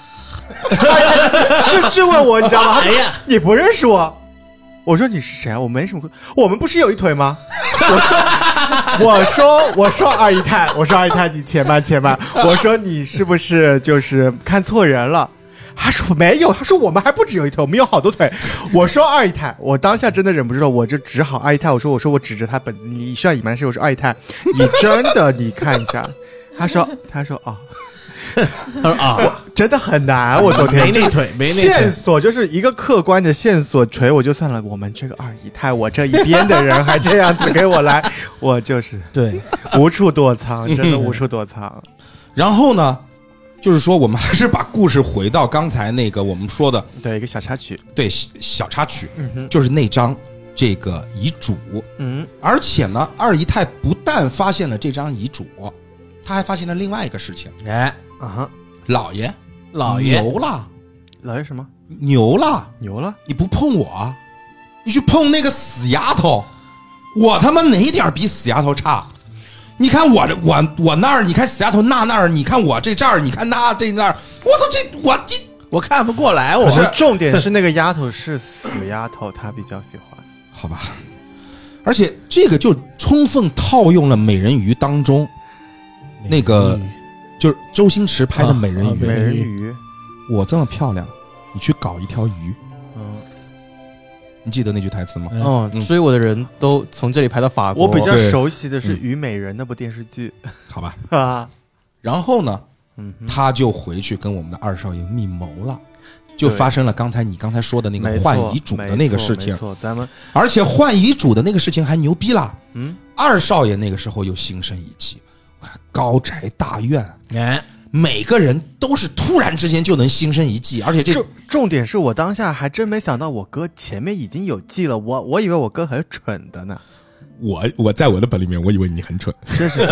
质质问我，你知道吗？ 哎呀， 你不认识我。我说你是谁啊？我没什么，我们不是有一腿吗？我说，我说，我说二姨太，我说二姨太，你且慢且慢。我说你是不是就是看错人了？他说没有，他说我们还不止有一腿，我们有好多腿。我说二姨太，我当下真的忍不住了，我就只好二姨太，我说我说我指着他本子，你需要隐瞒谁？我说二姨太，你真的你看一下。他说他说哦。 他说啊， 真的很难，我昨天没那腿，没那腿线索就是一个客观的线索锤我就算了，我们这个二姨太，我这一边的人还这样子给我来，我就是对无处躲藏，真的无处躲藏。 然后呢，就是说我们还是把故事回到刚才那个我们说的， 对，一个小插曲， 对小插曲， 嗯哼， 就是那张这个遗嘱， 嗯， 而且呢，二姨太不但发现了这张遗嘱，她还发现了另外一个事情， 哎， 啊哈， 老爷， 老爷牛了， 老爷什么牛了， 牛了？ 你不碰我，你去碰那个死丫头，我他妈哪点比死丫头差？你看我这我我那儿，你看死丫头那那儿，你看我这这儿，你看那这那儿，我操这我这我看不过来，我可是重点是那个丫头是死丫头，她比较喜欢。 好吧，而且这个就充分套用了美人鱼当中那个就是周星驰拍的美人鱼， 啊啊美人鱼， 我这么漂亮，你去搞一条鱼， 嗯， 你记得那句台词吗？ 哦嗯， 追我的人都从这里排到法国。 我比较对熟悉的是《 嗯虞美人》那部电视剧好吧， 啊， 然后呢， 嗯哼， 他就回去跟我们的二少爷密谋了。就发生了刚才你刚才说的那个没错换遗嘱的那个事情没，错，咱们而且换遗嘱的那个事情还牛逼了。 嗯， 二少爷那个时候又心生一计，高宅大院， 哎， 每个人都是突然之间就能心生一计，而且这重重点是我当下还真没想到我哥前面已经有计了，我我以为我哥很蠢的呢， 我我在我的本里面，我以为你很蠢， 真是，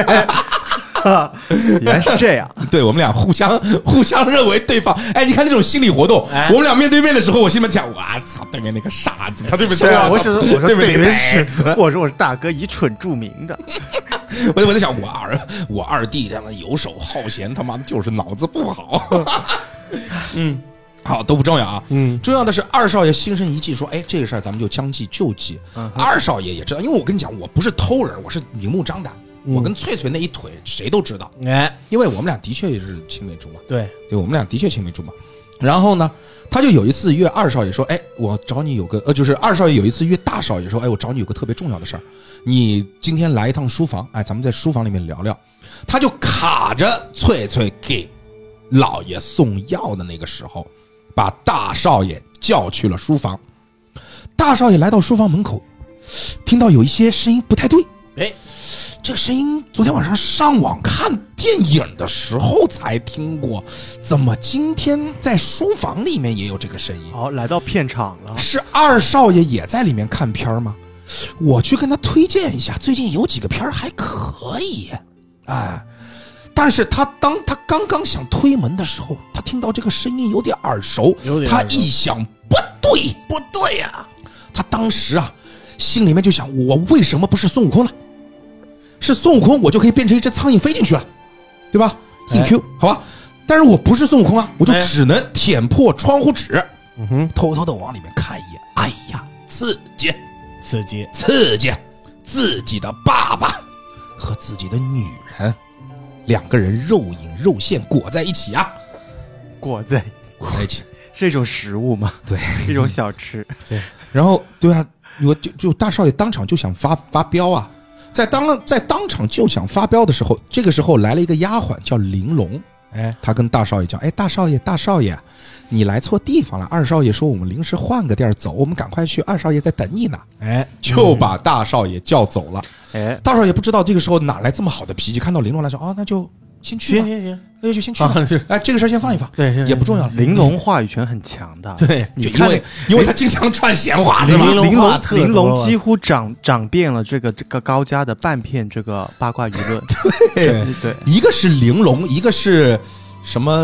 原来是这样。 对我们俩互相互相认为对方，哎，你看那种心理活动， 哎我们俩面对面的时候，我心里面想，我操，对面那个傻子，他对面对啊，我说我说对面那个面是呆子， 我说我是大哥以蠢著名的， 我我在想，我二我二弟这样的游手好闲，他妈的就是脑子不好。嗯，好，都不重要啊。 嗯， 重要的是二少爷心生一计，说，哎，这个事儿咱们就将计就计。 嗯二少爷也知道，因为我跟你讲，我不是偷人，我是明目张胆。我跟翠翠那一腿谁都知道， 哎， 因为我们俩的确也是青梅竹马。 对， 对，我们俩的确青梅竹马。然后呢，他就有一次约二少爷说，哎，我找你有个呃，就是二少爷有一次约大少爷说，哎，我找你有个特别重要的事儿，你今天来一趟书房，哎，咱们在书房里面聊聊。他就卡着翠翠给老爷送药的那个时候，把大少爷叫去了书房。大少爷来到书房门口，听到有一些声音不太对， 哎， 这个声音昨天晚上上网看电影的时候才听过，怎么今天在书房里面也有这个声音？ 好，来到片场了， 是二少爷也在里面看片儿吗？我去跟他推荐一下，最近有几个片儿还可以，哎，但是他当他刚刚想推门的时候，他听到这个声音有点耳熟，他有点耳熟一想不对不对呀、啊，他当时啊心里面就想，我为什么不是孙悟空呢？是孙悟空，我就可以变成一只苍蝇飞进去了，对吧？硬 Q，、哎、好吧。但是我不是孙悟空啊，我就只能舔破窗户纸， 嗯哼， 偷偷的往里面看一眼。哎呀，刺激， 刺激， 刺激！自己的爸爸和自己的女人，两个人肉影肉线裹在一起啊， 裹在裹在一起是一种食物吗？ 对， 一种小吃。 对， 然后对啊，我就就大少爷当场就想发发飙啊。在当在当场就想发飙的时候，这个时候来了一个丫鬟叫玲珑， 哎， 他跟大少爷讲，哎，大少爷，大少爷，你来错地方了。二少爷说我们临时换个地儿走，我们赶快去，二少爷在等你呢。 哎， 就把大少爷叫走了。 哎， 大少爷不知道这个时候哪来这么好的脾气，看到玲珑来说，哦，那就先去吧， 行行行， 那就先去吧。 啊是哎，这个事儿先放一放， 对， 也不重要。 玲珑话语权很强的， 对， 就因为因为他经常串闲话，是吧？ 玲珑玲珑话特多玲珑几乎掌掌遍了这个这个高家的半片这个八卦舆论。 对对， 一个是玲珑，一个是什么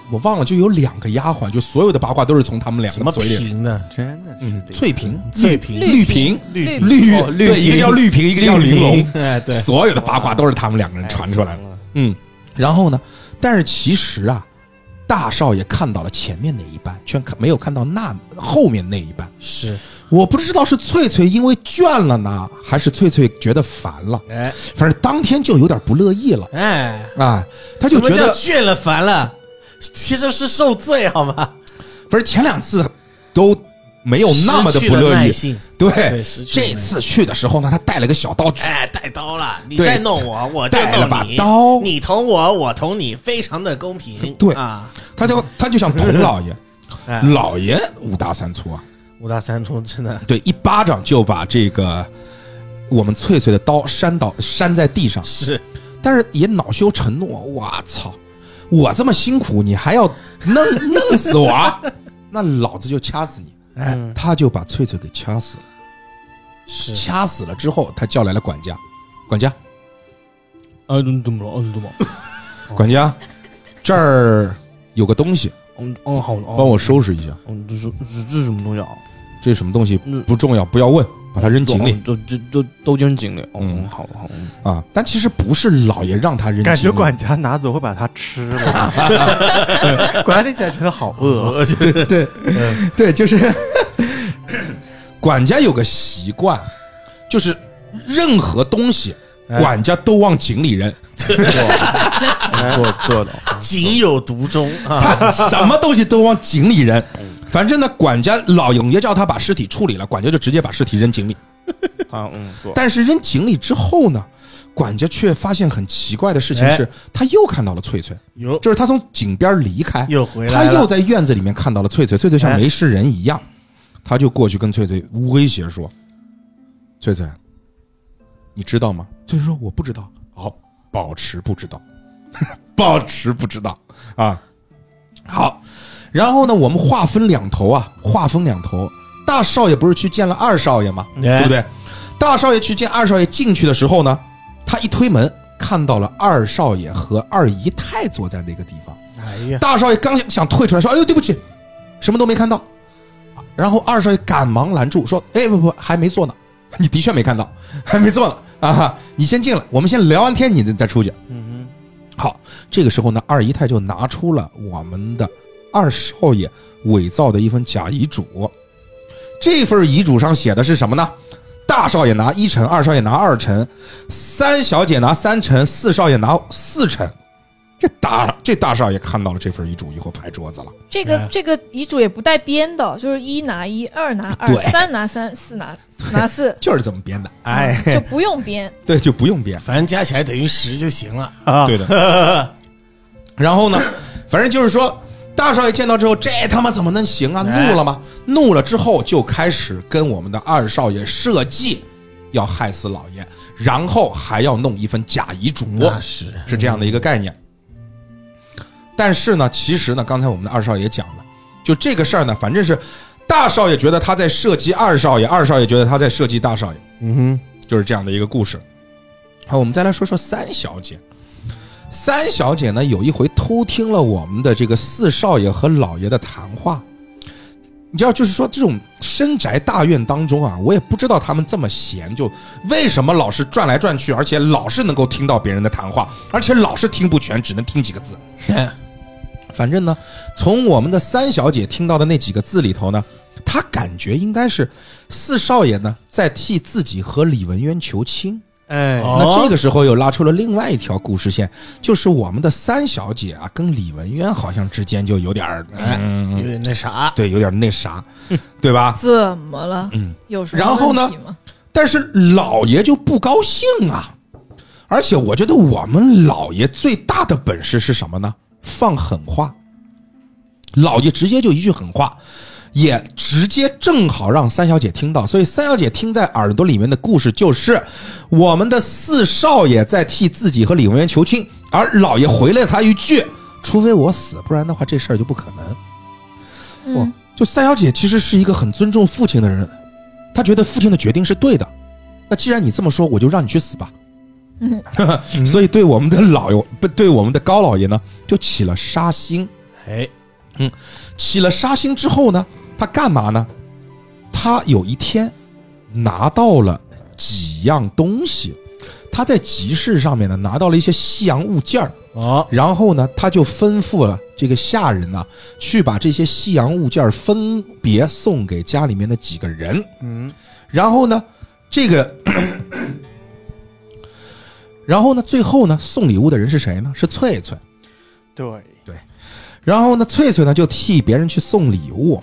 我忘了，就有两个丫鬟，就所有的八卦都是从他们两什么个嘴里。 瓶的？ 真的是嗯，翠屏、 翠屏、 绿屏、 绿绿哦绿对，一个屏叫绿屏，一个叫玲珑。 哎，对， 所有的八卦都是他们两个人传出来的。嗯，然后呢，但是其实啊，大少爷看到了前面那一半，却看没有看到那后面那一半。 是， 我不知道是翠翠因为倦了呢，还是翠翠觉得烦了。 哎反正当天就有点不乐意了哎， 啊，他就什么觉得， 叫倦了烦了？其实是受罪，好吗？ 反正前两次都没有那么的不失去了乐意。 耐性对对，失去了耐性这次去的时候呢，他带了个小刀去。 哎，带刀了，你对再弄我，我就带了把弄你， 刀你捅我，我捅你，非常的公平。 对啊， 他就他就想捅老爷， 哎， 老爷五大三粗啊， 五大三粗，真的对，一巴掌就把这个我们翠翠的刀扇倒扇在地上， 是但是也恼羞成怒，我操，我这么辛苦，你还要弄弄死我啊？那老子就掐死你！ 哎他就把翠翠给掐死了。 是掐死了之后，他叫来了管家，管家， 啊，怎么了？嗯，怎么？ 管家，这儿有个东西， 嗯嗯，好的， 帮我收拾一下。 嗯，这是这这是什么东西啊？ 这是什么东西嗯不重要，不要问，把它扔井里就就就都扔井里。 嗯嗯，好的好的。 啊！但其实不是老爷让他扔井里， 感觉管家拿走会把它吃了。管家听起来真的好饿。 对对对，就是管家有个习惯，就是任何东西管家都往井里扔， 做做的， 井有独钟啊！ 他什么东西都往井里扔。反正呢，管家老爷叫他把尸体处理了，管家就直接把尸体扔井里。 啊嗯，做但是扔井里之后呢，管家却发现很奇怪的事情是，他又看到了翠翠， 有就是他从井边离开， 又回他来了， 又在院子里面看到了翠翠，翠翠像没事人一样，他就过去跟翠翠威胁说：“翠翠，你知道吗？”翠翠说：“我不知道。”好，保持不知道，保持不知道啊。好，然后呢，我们话分两头啊，话分两头。大少爷不是去见了二少爷吗？对不对？大少爷去见二少爷进去的时候呢，他一推门看到了二少爷和二姨太坐在那个地方。 哎呀， 大少爷刚想退出来说：“哎呦，对不起，什么都没看到。”然后二少爷赶忙拦住说：“哎，不不，还没做呢，你的确没看到，还没做呢啊！你先进来，我们先聊完天，你再出去。” 嗯好，这个时候呢，二姨太就拿出了我们的二少爷伪造的一份假遗嘱。这份遗嘱上写的是什么呢？大少爷拿一成，二少爷拿二成，三小姐拿三成，四少爷拿四成。这大这大少爷看到了这份遗嘱以后拍桌子了。 这个哎这个遗嘱也不带编的，就是一拿一，二拿二对， 三拿三，四拿拿四， 就是这么编的， 哎， 就不用编。 对，就不用编， 反正加起来等于十就行了。 啊， 对的。然后呢，反正就是说，大少爷见到之后，这他妈怎么能行啊？ 哎怒了吗？怒了之后就开始跟我们的二少爷设计，要害死老爷，然后还要弄一份假遗嘱， 那是是这样的一个概念。但是呢，其实呢，刚才我们的二少爷讲了，就这个事儿呢，反正是大少爷觉得他在设计二少爷，二少爷觉得他在设计大少爷， 嗯哼， 就是这样的一个故事。好，我们再来说说三小姐。三小姐呢，有一回偷听了我们的这个四少爷和老爷的谈话。你知道，就是说这种深宅大院当中啊，我也不知道他们这么闲，就为什么老是转来转去，而且老是能够听到别人的谈话，而且老是听不全，只能听几个字。反正呢，从我们的三小姐听到的那几个字里头呢，她感觉应该是四少爷呢在替自己和李文渊求亲。 哎， 哦那这个时候又拉出了另外一条故事线，就是我们的三小姐啊跟李文渊好像之间就有点儿， 有嗯， 点那啥， 对，有点那啥，对吧？ 怎么了？ 嗯， 有什么然后呢问题吗？ 但是老爷就不高兴啊，而且我觉得我们老爷最大的本事是什么呢？放狠话。老爷直接就一句狠话，也直接正好让三小姐听到，所以三小姐听在耳朵里面的故事就是我们的四少爷在替自己和李文渊求亲，而老爷回了他一句：除非我死，不然的话这事儿就不可能。 嗯， 就三小姐其实是一个很尊重父亲的人，她觉得父亲的决定是对的。那既然你这么说，我就让你去死吧。 嗯所以对我们的老爷，不对我们的高老爷呢，就起了杀心。 哎， 嗯，起了杀心之后呢，他干嘛呢？他有一天拿到了几样东西，他在集市上面呢拿到了一些西洋物件儿。 哦， 然后呢，他就吩咐了这个下人呢、啊，去把这些西洋物件分别送给家里面的几个人。 嗯， 然后呢，这个，然后呢，最后呢，送礼物的人是谁呢？是翠翠。 对对，然后呢，翠翠呢就替别人去送礼物。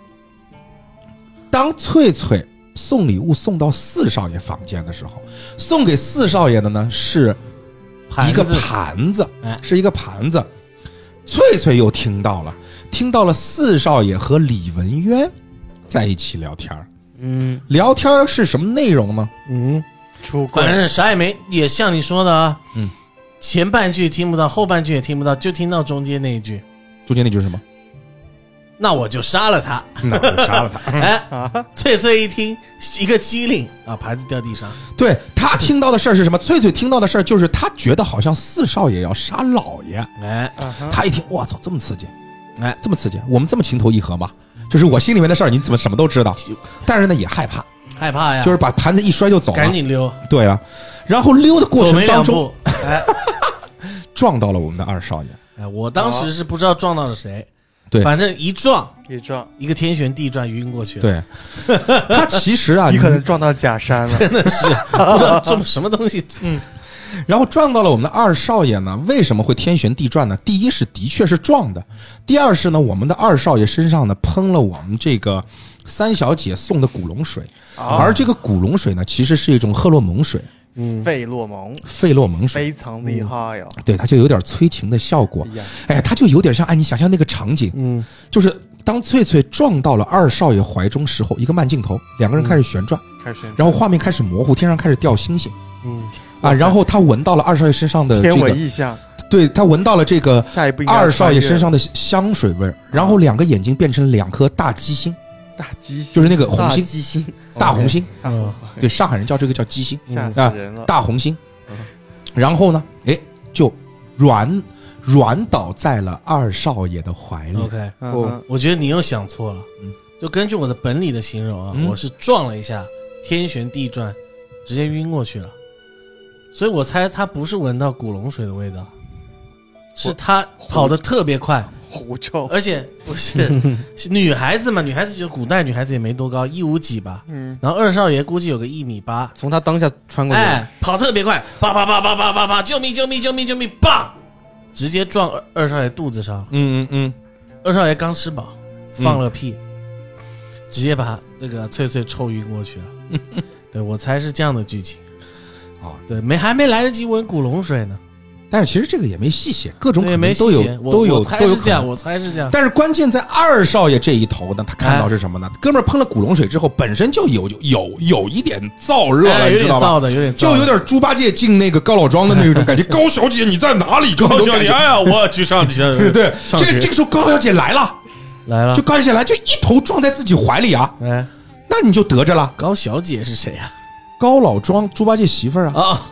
当翠翠送礼物送到四少爷房间的时候，送给四少爷的呢是一个盘子， 哎， 是一个盘子。翠翠又听到了，听到了四少爷和李文渊在一起聊天。 嗯， 聊天是什么内容呢？ 嗯， 出轨， 反正啥也没，也像你说的啊， 嗯， 前半句听不到，后半句也听不到，就听到中间那一句。 中间那句是什么？ 那我就杀了他， 那我就杀了他。 哎，翠翠一听，一个机灵啊，盘子掉地上。 对，他听到的事儿是什么？翠翠听到的事儿就是他觉得好像四少爷要杀老爷。 哎， 他一听，我操，这么刺激， 哎， 这么刺激，我们这么情投意合吗？就是我心里面的事儿，你怎么什么都知道？但是呢，也害怕， 害怕呀， 就是把盘子一摔就走了， 赶紧溜。 对啊，然后溜的过程当中， 哎， 撞到了我们的二少爷。 哎，我当时是不知道撞到了谁。 对， 反正一撞一撞， 一个天旋地转晕过去了。 对，他其实啊， 你可能撞到假山了， 真的是不知道撞什么东西。 嗯，然后撞到了我们的二少爷呢，为什么会天旋地转呢？第一是的确是撞的，第二是呢，我们的二少爷身上呢喷了我们这个三小姐送的古龙水， 哦、 而这个古龙水呢，其实是一种荷洛蒙水。 嗯，费洛蒙， 费洛蒙水非常厉害哟、哦嗯。对，它就有点催情的效果。哎，它就有点像，哎，你想象那个场景，嗯，就是当翠翠撞到了二少爷怀中时候，一个慢镜头，两个人开始旋转， 开始旋转， 然后画面开始模糊，天上开始掉星星， 嗯啊，然后他闻到了二少爷身上的这个天文异象， 对他闻到了这个下一步二少爷身上的香水味，然后两个眼睛变成两颗大鸡星。 大鸡星就是那个红星， 大鸡星， 大红星， 嗯， 对，上海人叫这个叫鸡星， 吓死人了， 大红星。然后呢，哎，就软软倒在了二少爷的怀里。 OK， 哦， 我觉得你又想错了。 嗯， 就根据我的本里的形容啊， 嗯、 我是撞了一下，天旋地转，直接晕过去了。所以我猜他不是闻到古龙水的味道，是他跑得特别快。 狐臭， 而且不是是女孩子嘛，女孩子就古代女孩子也没多高，一五几吧，嗯，然后二少爷估计有个一米八， 从他当下穿过去， 哎，跑特别快，啪啪啪啪啪啪啪，救命救命救命救命，棒，直接撞二二少爷肚子上， 嗯嗯嗯， 二少爷刚吃饱，放了屁，嗯、直接把那个翠翠臭晕过去了，对我猜是这样的剧情， 啊， 对，没还没来得及闻古龙水呢。 但是其实这个也没细写，各种可能没都有都有我猜是这样，我猜是这样。 但是关键在二少爷这一头呢，他看到是什么呢？哎、哥们儿喷了古龙水之后，本身就有有有一点燥热了， 哎、 你知道吧？ 燥的，有点燥就有点猪八戒进那个高老庄的那种感觉。高小姐你在哪里？ 高小姐，哎呀，我去上去。 对对，这个这个时候高小姐来了， 来了， 就高小姐来就一头撞在自己怀里啊！ 哎， 那你就得着了。 高小姐是谁啊？ 高老庄猪八戒媳妇儿啊！ 啊。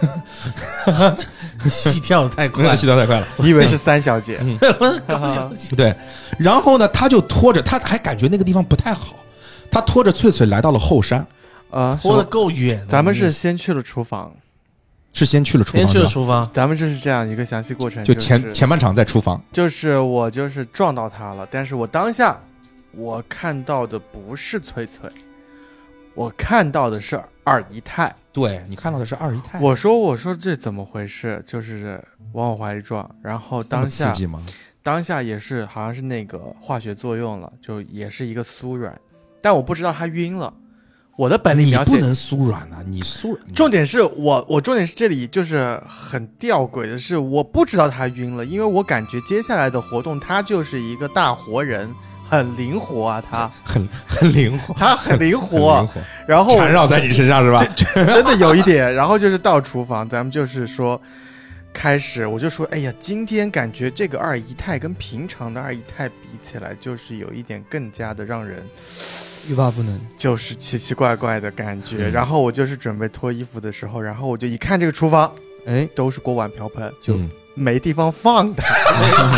戏跳太快， 戏跳太快了， 你以为是三小姐？ 嗯、 高小姐对，然后呢，他就拖着，他还感觉那个地方不太好，他拖着翠翠来到了后山， 啊， 拖得够远。 咱们是先去了厨房， 是先去了厨房， 先去了厨房。 咱们就是这样一个详细过程， 就前、 就是、 前半场在厨房， 就是我就是撞到他了，但是我当下我看到的不是翠翠，我看到的是二姨太。 对，你看到的是二姨太。 我说我说这怎么回事？就是往我怀里撞，然后当下刺激吗？ 当下也是好像是那个化学作用了，就也是一个酥软，但我不知道他晕了。我的本领描写你不能酥软啊，你酥软。 重点是我我重点是这里就是很吊诡的是，我不知道他晕了，因为我感觉接下来的活动他就是一个大活人。很灵活啊，他很很灵活， 他很灵活， 灵活然后缠绕在你身上是吧？ 真的有一点，然后就是到厨房，咱们就是说开始，我就说，哎呀，今天感觉这个二姨太跟平常的二姨太比起来，就是有一点更加的让人欲罢不能， 就是奇奇怪怪的感觉。 嗯、 然后我就是准备脱衣服的时候，然后我就一看这个厨房， 哎， 都是锅碗瓢盆， 就没地方放的。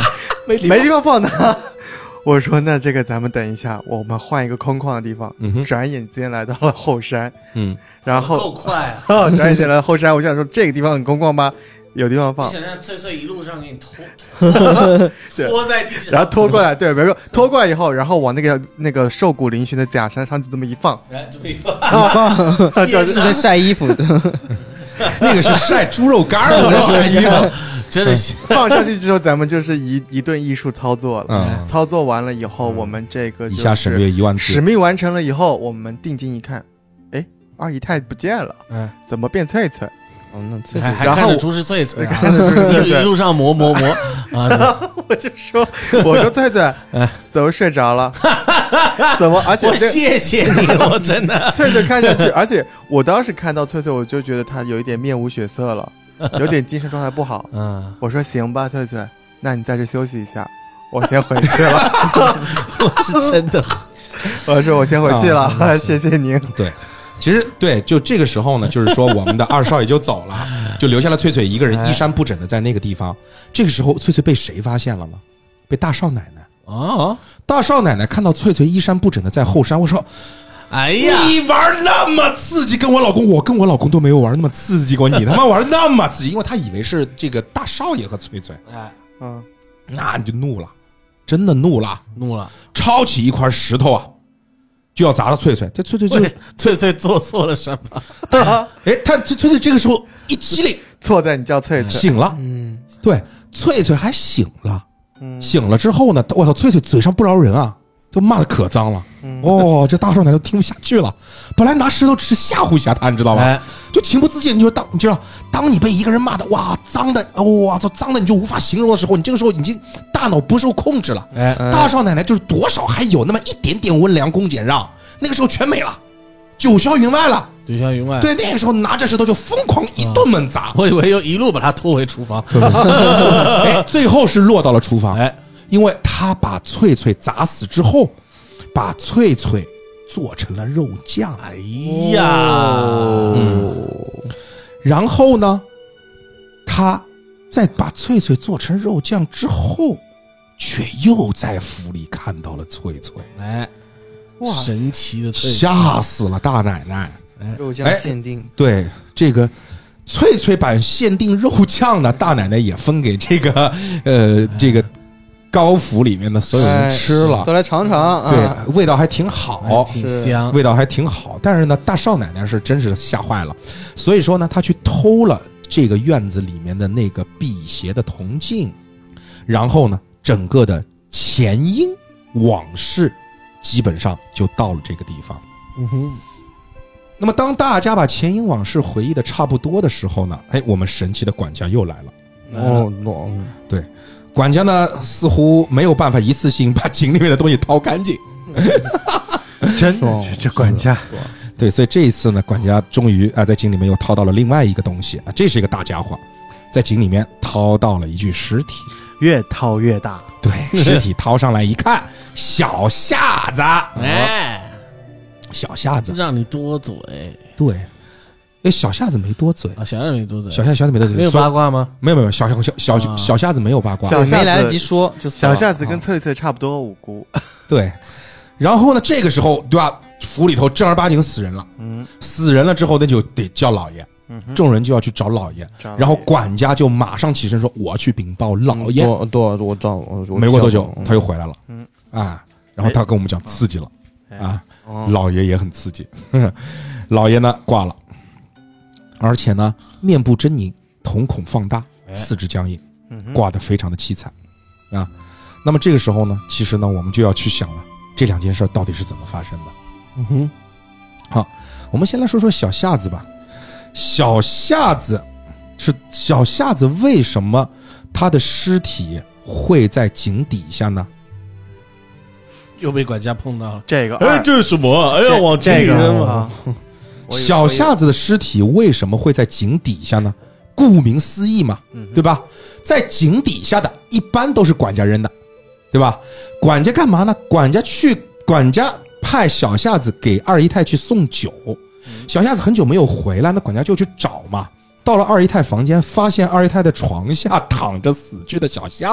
没地没地方放它。我说那这个咱们等一下，我们换一个空旷的地方。 嗯哼， 转眼间来到了后山， 嗯， 然后够快啊！ 哦，转眼间来到后山，我想说这个地方很空旷吗？有地方放你，想想，翠翠一路上给你拖拖在地上， 然后拖过来，对，没有拖过来以后，然后往那个那个瘦骨嶙峋的假山上就这么一放， 来这么一放， 是在晒衣服的， 那个是晒猪肉干儿，不是晒衣服。 真的是放上去之后，咱们就是一一顿艺术操作了。 嗯， 操作完了以后，我们这个就是以下省略一万字。 使命完成了以后，我们定睛一看，哎，二姨太不见了， 哎， 怎么变翠翠？ 哦，那翠翠还还然后看得出是翠翠啊， 看得出是翠一翠一路上磨磨磨啊！ 我就说，我说翠翠，怎么睡着了？怎么？而且我这谢谢你，我真的翠翠看上去，而且我当时看到翠翠，我就觉得她有一点面无血色了，有点精神状态不好。 嗯， 我说行吧，翠翠，那你在这休息一下，我先回去了。 我是真的， 我说我先回去了，谢谢您。 对，其实对，就这个时候呢，就是说我们的二少爷就走了，就留下了翠翠一个人衣衫不整的在那个地方。这个时候，翠翠被谁发现了呢？被大少奶奶。 哦， 大少奶奶看到翠翠衣衫不整的在后山，我说哎呀， 你玩那么刺激，跟我老公，我跟我老公都没有玩那么刺激过，你他妈玩那么刺激，因为他以为是这个大少爷和翠翠， 哎， 嗯， 那你就怒了，真的怒了， 怒了， 抄起一块石头啊，就要砸到翠翠。这翠翠就喂翠翠做错了什么？ 哎，他翠翠这个时候一激灵错在你叫翠翠。 醒了， 嗯， 对，翠翠还醒了， 嗯醒了之后呢，我操，翠翠嘴上不饶人啊，就骂的可脏了。 嗯哦，这大少奶奶都听不下去了，本来拿石头只是吓唬一下他，你知道吧？ 哎， 就情不自禁，你就当你知道，当你被一个人骂的哇脏的，哦哇操脏的，你就无法形容的时候，你这个时候已经大脑不受控制了。 哎， 大少奶奶就是多少还有那么一点点温良恭俭让，那个时候全没了，九霄云外了。 九霄云外。 对，那个时候拿着石头就疯狂一顿猛砸， 我以为又一路把他拖回厨房。 哎，最后是落到了厨房， 哎， 因为他把翠翠砸死之后，把翠翠做成了肉酱。 哎呀， 嗯，然后呢，他在把翠翠做成肉酱之后，却又在府里看到了翠翠， 哎， 哇塞神奇的翠翠， 吓死了大奶奶。 肉酱限定， 对，这个翠翠版限定肉酱呢，大奶奶也分给这个呃这个高府里面的所有人吃了， 都来尝尝对啊，， 味道还挺好， 挺香。 味道还挺好。但是呢，大少奶奶是真是吓坏了，所以说呢，她去偷了这个院子里面的那个辟邪的铜镜，然后呢，整个的前因往事基本上就到了这个地方。 嗯哼， 那么当大家把前因往事回忆的差不多的时候呢，哎，我们神奇的管家又来了。 哦，哦对，管家呢似乎没有办法一次性把井里面的东西掏干净。 真爽这这管家， 对，所以这一次呢，管家终于啊、在井里面又掏到了另外一个东西啊，这是一个大家伙，在井里面掏到了一具尸体。 越掏越大。 对，尸体掏上来一看，小夏子， 哎， 小夏子， 让你多嘴对，哎，小夏子没多嘴， 啊，想让你多嘴， 小夏小夏子没多嘴， 没有所以八卦吗？ 没有没有，小小小小啊小夏子没有八卦， 小夏子没来得及说就死了小夏子跟翠翠差不多无辜。 对，然后呢，这个时候对吧，府里头正儿八经死人了， 嗯死人了之后，那就得叫老爷， 嗯哼， 众人就要去找老爷， 找老爷然后管家就马上起身说：“我要去禀报老爷。 多多我找我我没过多久， 嗯他又回来了， 嗯啊，然后他跟我们讲刺激了哎啊， 哦老爷也很刺激，老爷呢挂了，而且呢面部狰狞，瞳孔放大，四肢僵硬， 嗯哼挂得非常的凄惨啊。那么这个时候呢，其实呢我们就要去想了，这两件事到底是怎么发生的？ 嗯哼， 好，我们先来说说小夏子吧。小夏子是小夏子，为什么他的尸体会在井底下呢？ 又被管家碰到了。 哎， 这个二这是什么啊？哎呀， 这往井里这扔了。 个啊，我以为小夏子的尸体为什么会在井底下呢？顾名思义嘛， 嗯哼对吧？在井底下的一般都是管家扔的，对吧？管家干嘛呢？管家去，管家派小夏子给二姨太去送酒，小夏子很久没有回来，那管家就去找嘛。到了二姨太房间，发现二姨太的床下躺着死去的小夏子。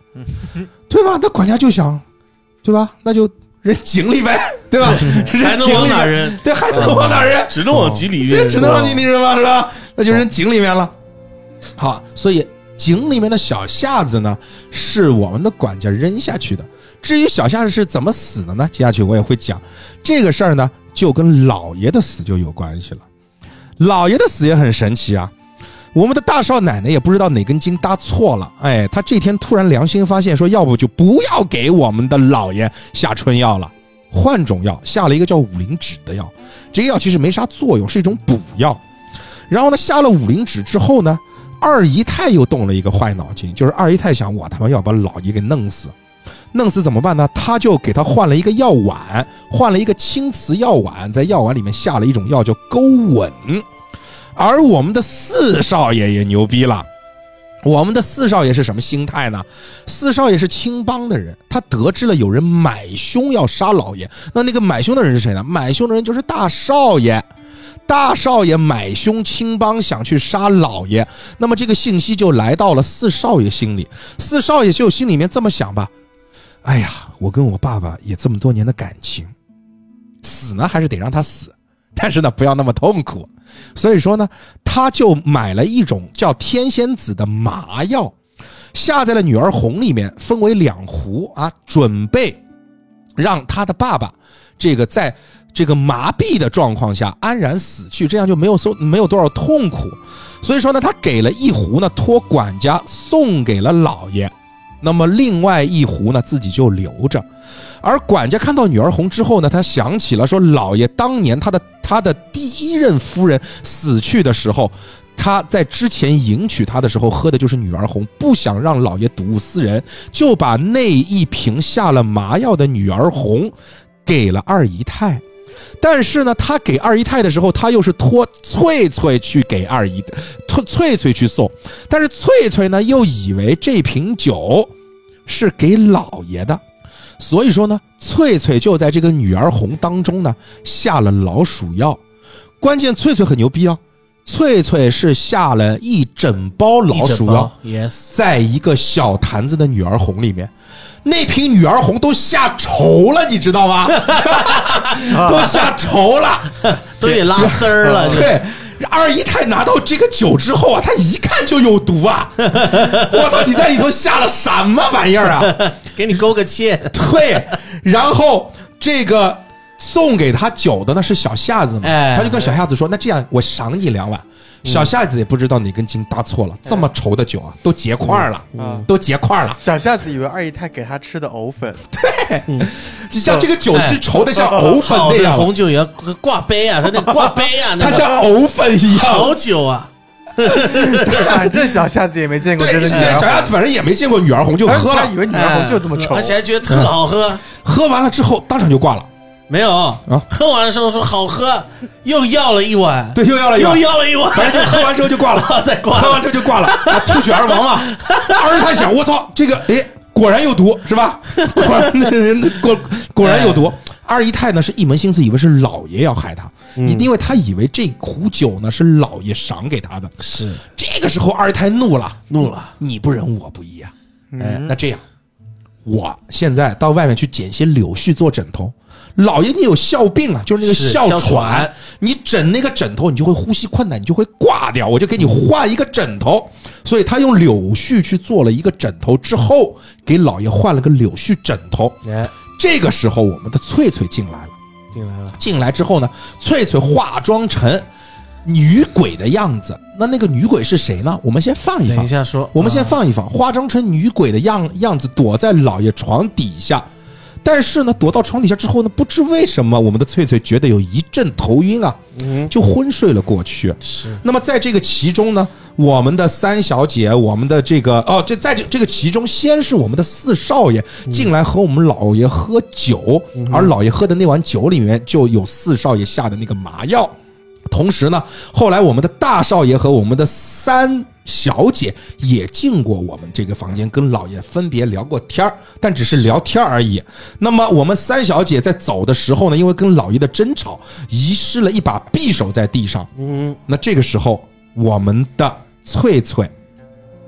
对吧？那管家就想，对吧？那就扔井里呗，对吧？ 还能往哪扔？ 对，还能往哪扔？ 只能往井里对， 扔， 只能往井里扔了，是吧？那就扔井里面了。好，所以井里面的小夏子呢，是我们的管家扔下去的。至于小夏子是怎么死的呢？接下去我也会讲这个事儿呢，就跟老爷的死就有关系了。老爷的死也很神奇啊。我们的大少奶奶也不知道哪根筋搭错了，哎，她这天突然良心发现，说要不就不要给我们的老爷下春药了，换种药，下了一个叫五灵脂的药。这个药其实没啥作用，是一种补药。然后呢，下了五灵脂之后呢，二姨太又动了一个坏脑筋，就是二姨太想，我他妈要把老爷给弄死，弄死怎么办呢？他就给他换了一个药碗，换了一个青瓷药碗，在药碗里面下了一种药叫勾吻。而我们的四少爷也牛逼了，我们的四少爷是什么心态呢？四少爷是青帮的人，他得知了有人买凶要杀老爷，那那个买凶的人是谁呢？买凶的人就是大少爷。大少爷买凶，青帮想去杀老爷，那么这个信息就来到了四少爷心里。四少爷就心里面这么想吧，哎呀，我跟我爸爸也这么多年的感情，死呢还是得让他死，但是呢不要那么痛苦。所以说呢，他就买了一种叫天仙子的麻药，下在了女儿红里面，分为两壶啊，准备让他的爸爸这个在这个麻痹的状况下安然死去，这样就没有没有多少痛苦。所以说呢，他给了一壶呢，托管家送给了老爷，那么另外一壶呢，自己就留着。而管家看到女儿红之后呢，他想起了说，老爷当年他的他的第一任夫人死去的时候，他在之前迎娶她的时候喝的就是女儿红，不想让老爷睹物思人，就把那一瓶下了麻药的女儿红给了二姨太。但是呢，他给二姨太的时候，他又是托翠翠去给二姨，托翠翠去送。但是翠翠呢，又以为这瓶酒是给老爷的，所以说呢，翠翠就在这个女儿红当中呢下了老鼠药。关键翠翠很牛逼哦，翠翠是下了一整包老鼠药 ，yes， 在一个小坛子的女儿红里面。那瓶女儿红都下稠了，你知道吗？都下稠了， 都得拉丝儿了。 对，二姨太拿到这个酒之后啊，她一看就有毒啊！我操，你在里头下了什么玩意儿啊？ 给你勾个芡。 对，然后这个送给他酒的呢是小夏子嘛， 哎、 他就跟小夏子说：“那这样我赏你两碗。”小夏子也不知道哪根筋搭错了，这么稠的酒啊，都结块了， 嗯、 都结块了。 小夏子以为二姨太给他吃的藕粉， 对，嗯、就像这个酒是稠的像藕粉那样。 红酒也要挂杯啊，他那挂杯啊， 它像藕粉一样。 好酒啊！ 反正小夏子也没见过真的女儿红， 小夏子反正也没见过女儿红，就喝了， 他以为女儿红就这么稠， 而且还觉得特好喝。 嗯、喝完了之后当场就挂了。 没有啊，喝完的时候说好喝，又要了一碗， 对，又要了一碗， 又要了一碗， 反正就喝完之后就挂了， 再挂， 喝完之后就挂了，啊、吐血而亡嘛。二姨太想，我操，这个哎，果然有毒是吧？果然果果然有毒。哎、二姨太呢是一门心思以为是老爷要害他，嗯、因为他以为这壶酒呢是老爷赏给他的。 是这个时候二姨太怒了， 怒了， 你不仁我不义啊！ 嗯、 哎，那这样，我现在到外面去捡些柳絮做枕头。老爷，你有哮病啊，就是那个哮喘，你枕那个枕头，你就会呼吸困难，你就会挂掉。我就给你换一个枕头，所以他用柳絮去做了一个枕头之后，给老爷换了个柳絮枕头。这个时候，我们的翠翠进来了， 进来了。 进来之后呢，翠翠化妆成女鬼的样子。那那个女鬼是谁呢？我们先放一放， 等一下说， 我们先放一放，化妆成女鬼的样样子，躲在老爷床底下。但是呢，躲到床底下之后呢，不知为什么，我们的翠翠觉得有一阵头晕啊，就昏睡了过去。 是。 那么在这个其中呢，我们的三小姐，我们的这个哦，这在这这个其中，先是我们的四少爷进来和我们老爷喝酒，嗯、而老爷喝的那碗酒里面就有四少爷下的那个麻药。同时呢，后来我们的大少爷和我们的三小姐也进过我们这个房间，跟老爷分别聊过天儿，但只是聊天而已。那么我们三小姐在走的时候呢，因为跟老爷的争吵，遗失了一把匕首在地上。嗯，那这个时候我们的翠翠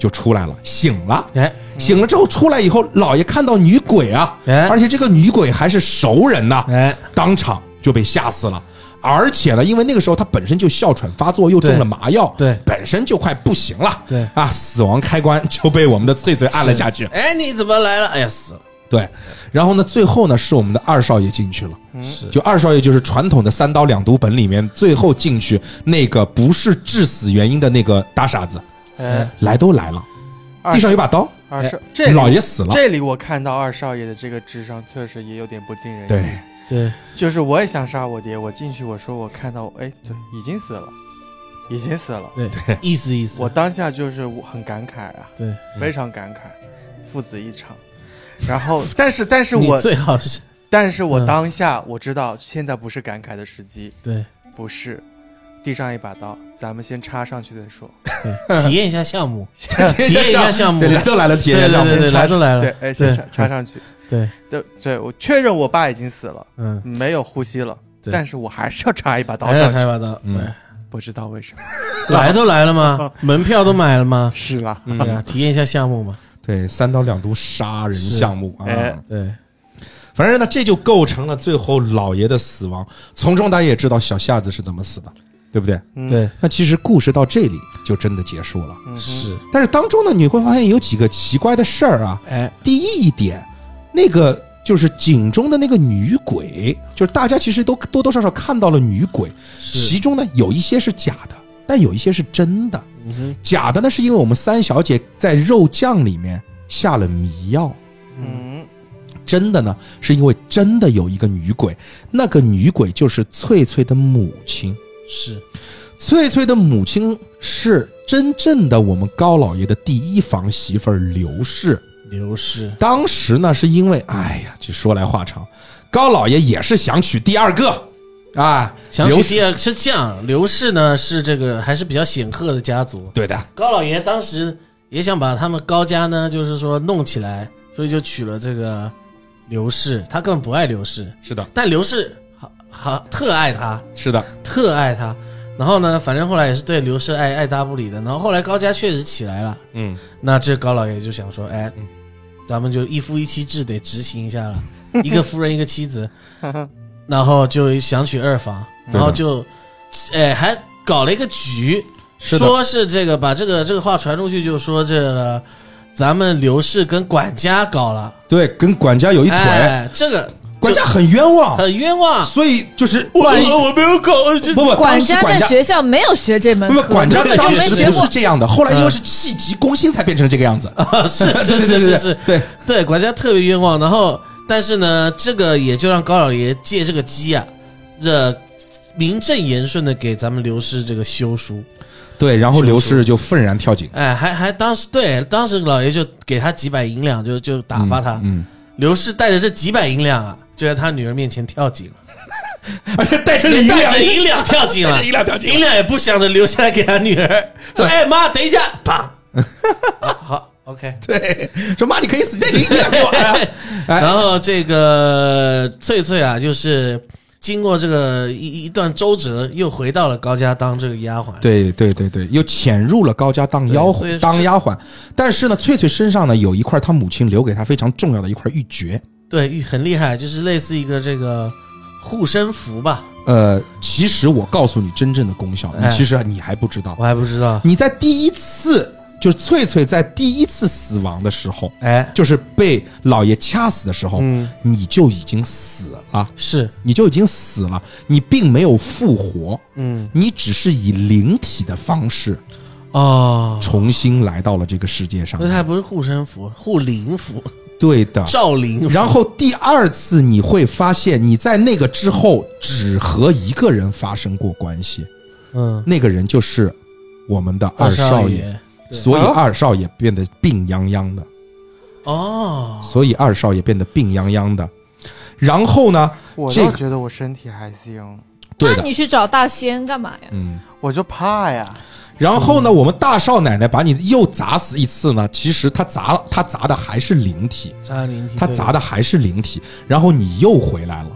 就出来了，醒了。 哎醒了之后出来以后，老爷看到女鬼啊， 哎而且这个女鬼还是熟人呐、 哎， 当场就被吓死了。而且呢，因为那个时候他本身就哮喘发作，又中了麻药， 对对本身就快不行了， 对啊，死亡开关就被我们的翠翠按了下去。 哎，你怎么来了？哎呀，死了。 对，然后呢，最后呢是我们的二少爷进去了。 是就二少爷就是传统的三刀两毒本里面最后进去那个不是致死原因的那个大傻子， 哎， 来都来了，地上有把刀， 二少这里老爷死了。 这里我看到二少爷的这个智商确实也有点不尽人意。 对， 对， 就是我也想杀我爹，我进去我说我看到，哎，对，已经死了，已经死了。 对对，意思意思。 我当下就是我很感慨啊， 对， 非常感慨，父子一场。然后，但是但是我你最好是， 但是我嗯当下我知道现在不是感慨的时机， 对不是。地上一把刀，咱们先插上去再说。 对，体验一下项目，体验一下项目， 对，来都来了，体验一下项目。 对对对，来都来了。 对，哎，先插插上去。 对对对，我确认我爸已经死了， 嗯， 没有呼吸了， 对但是我还是要插一把刀还要上去。 插一把刀， 嗯对， 不知道为什么。 来都来了吗？门票都买了吗？ 是啦， 对啊，体验一下项目嘛。 对，三刀两毒杀人项目啊。 哎对， 反正呢，这就构成了最后老爷的死亡。从中大家也知道小夏子是怎么死的，对不对？ 嗯对， 那其实故事到这里就真的结束了。 嗯哼是， 但是当中呢，你会发现有几个奇怪的事儿啊。 哎， 第一点，那个就是井中的那个女鬼，就是大家其实都多多少少看到了女鬼， 是其中呢有一些是假的，但有一些是真的。 嗯哼， 假的呢，是因为我们三小姐在肉酱里面下了迷药。 嗯， 真的呢，是因为真的有一个女鬼，那个女鬼就是翠翠的母亲。 是， 翠翠的母亲是真正的我们高老爷的第一房媳妇儿刘氏。 刘氏， 当时呢，是因为哎呀，这说来话长，高老爷也是想娶第二个啊， 想娶刘氏第二是这样，刘氏呢是这个还是比较显赫的家族， 对的， 高老爷当时也想把他们高家呢，就是说弄起来，所以就娶了这个刘氏。他根本不爱刘氏， 是的， 但刘氏好好特爱他， 是的， 特爱他。然后呢，反正后来也是对刘氏爱爱答不理的。然后后来高家确实起来了， 嗯， 那这高老爷就想说，哎嗯， 咱们就一夫一妻制得执行一下了，一个夫人一个妻子，然后就想娶二房， 对的然后就，哎，还搞了一个局。 是的说是这个把这个这个话传出去，就说这个咱们刘氏跟管家搞了对，跟管家有一腿， 哎，这个管家很冤枉， 很冤枉。 所以就是我万一我没有搞，这不不， 管家当时管家在学校没有学这门不不， 课， 管家根本就当时不没学过是。这样的，后来因为是气急攻心才变成这个样子。 啊，是是对对对对是是是， 对， 对，管家特别冤枉。然后，但是呢，这个也就让高老爷借这个机啊，这名正言顺的给咱们刘氏这个休书。 对，然后刘氏就愤然跳井， 哎，还还当时对，当时老爷就给他几百银两，就就打发他。 嗯， 刘氏带着这几百银两啊，就在他女儿面前跳井了。 而且带着银带两着银两跳井了， 银两跳井银两也不想着留下来给他女儿，说：“哎妈，等一下，砰！”好好 ，OK。 对，说妈你可以死，那银两给我。哎然后这个翠翠啊，就是经过这个一一段周折，又回到了高家当这个丫鬟。 对对对对，又潜入了高家当丫对所以鬟，当丫鬟。但是呢，翠翠身上呢有一块她母亲留给她非常重要的一块玉珏。 对，很厉害，就是类似一个这个护身符吧。 呃，其实我告诉你真正的功效，你哎其实你还不知道。 我还不知道。 你在第一次，就是翠翠在第一次死亡的时候， 哎， 就是被老爷掐死的时候， 嗯， 你就已经死了， 是， 你就已经死了，你并没有复活， 嗯， 你只是以灵体的方式哦， 重新来到了这个世界上所以。它还不是护身符，护灵符， 对的。 照灵符。 然后第二次你会发现，你在那个之后只和一个人发生过关系， 嗯， 那个人就是我们的二少爷， 爷。对所以二少爷变得病殃殃的， 哦， 所以二少爷变得病殃殃的。然后呢， 我这个倒觉得我身体还行， 对的， 那你去找大仙干嘛呀？ 嗯。 我就怕呀。 然后呢，我们大少奶奶把你又砸死一次呢，其实她砸她砸的还是灵体， 扎灵体， 她砸的还是灵体，然后你又回来了。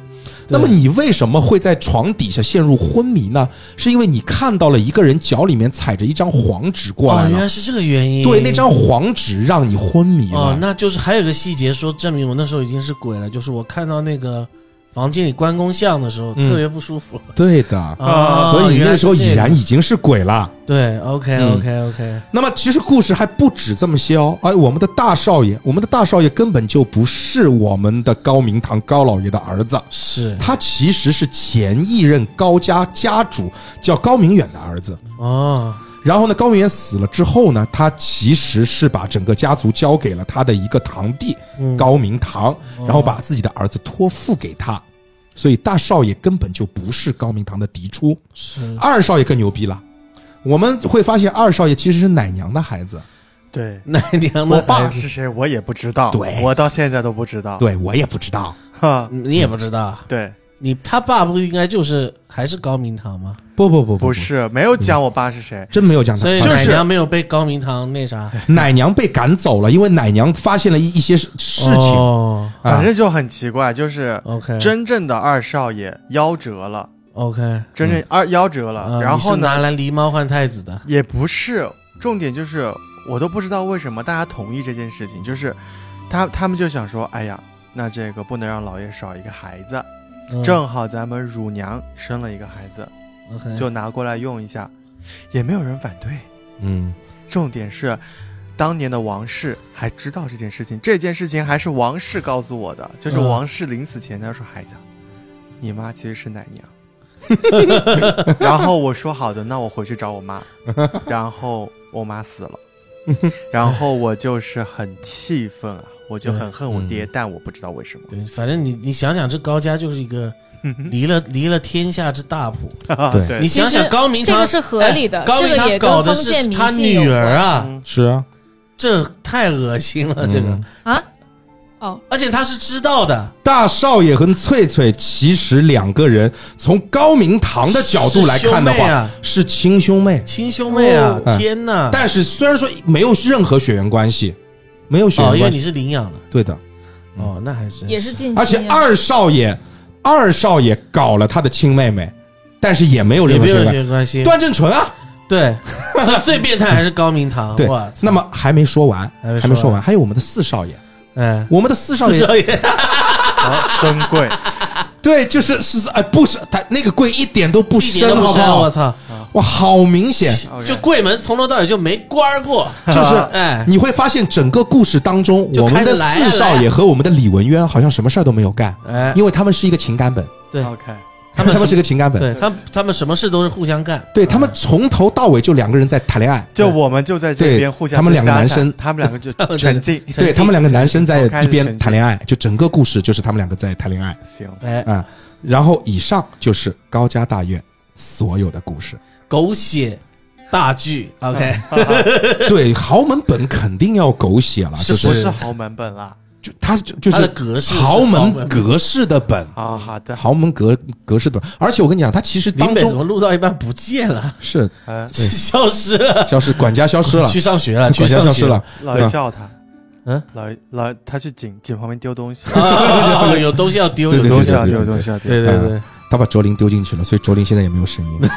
那么你为什么会在床底下陷入昏迷呢？是因为你看到了一个人脚里面踩着一张黄纸过来哦， 了。 原来是这个原因。 对，那张黄纸让你昏迷了。 哦，那就是还有个细节说证明我那时候已经是鬼了，就是我看到那个房间里关公像的时候、 嗯、 特别不舒服。 对的啊， 所以你那时候已原来是这个然已经是鬼了。 对 ，OK 嗯 OK OK。 那么其实故事还不止这么些哦，而我们的大少爷，我们的大少爷根本就不是我们的高明堂高老爷的儿子， 是他其实是前一任高家家主叫高明远的儿子。 哦。 然后呢，高明远死了之后呢，他其实是把整个家族交给了他的一个堂弟、嗯、高明堂，然后把自己的儿子托付给他，所以大少爷根本就不是高明堂的嫡出。 是二少爷更牛逼了，我们会发现二少爷其实是奶娘的孩子。 对， 奶娘的我爸是谁我也不知道， 对， 我到现在都不知道。 对，我也不知道， 你也不知道。 对， 你他爸不应该就是还是高明堂吗？ 不不不不, 不是，没有讲我爸是谁、 嗯，真没有讲他。 所以就是奶娘没有被高明堂那啥， 奶娘被赶走了，因为奶娘发现了一一些事情， 哦、 反正就很奇怪，就是 OK 真正的二少爷夭折了 ，OK， 真正二夭折了， 嗯、 然后呢， 你是拿来狸猫换太子的， 也不是，重点就是我都不知道为什么大家同意这件事情，就是他他们就想说，哎呀，那这个不能让老爷少一个孩子。 嗯、 正好咱们乳娘生了一个孩子 ，OK， 就拿过来用一下，也没有人反对。 嗯， 重点是，当年的王氏还知道这件事情，这件事情还是王氏告诉我的，就是王氏临死前他说：“孩子，你妈其实是奶娘。”然后我说：“好的，那我回去找我妈。”然后我妈死了，然后我就是很气愤啊。我就很恨我爹、嗯，但我不知道为什么。 对，反正你你想想，这高家就是一个离了离了天下之大谱。 对， 你想想高明堂， 这个是合理的， 哎、高明堂搞的是他女儿啊， 嗯、是啊， 这太恶心了，嗯、这个啊，哦， 而且他是知道的。 大少爷和翠翠其实两个人从高明堂的角度来看的话，是亲兄妹， 亲兄妹啊！ 哦、 天哪！ 但是虽然说没有任何血缘关系。没有血缘关系、 哦，因为你是领养的， 对的， 哦，那还是也是近亲、啊， 而且二少爷，二少爷搞了他的亲妹妹，但是也没有任何血缘关系。 段正淳啊， 对，所以最变态还是高明堂。 对，那么还没说完， 还没还没说完，还有我们的四少爷， 哎， 我们的四少爷， 四少爷， 深贵， 对，就是是哎，不是他那个贵一点都不深， 好不好？ 我操！ 哇，好明显， 就柜门从头到尾就没关过， 就是哎， 你会发现整个故事当中，我们的四少爷和我们的李文渊好像什么事儿都没有干， 哎， 因为他们是一个情感本， 对 ，OK， 他们他们是一个情感本， 对他们他们什么事都是互相干， 对他们从头到尾就两个人在谈恋爱， 就我们就在这边互相， 他们两个男生， 他们两个就沉浸， 对他们两个男生在一边谈恋爱，就整个故事就是他们两个在谈恋爱， 行， 哎啊，然后以上就是高家大院所有的故事。 狗血大剧 ，OK， 对，豪门本肯定要狗血了，就是不是豪门本啦， 就它就是它的格式豪门格式的本啊，好的， 豪门格格式的本，而且我跟你讲，它其实当中怎么录到一半不见了？ 是， 呃， 消失了， 消失，管家消失了， 去上学了， 管家消失了， 老爷叫他。 嗯， 老老他去井井旁边丢东西， 啊、有东西要丢， 有东西要丢，有东西要丢， 对对对， 他把卓林丢进去了，所以卓林现在也没有声音。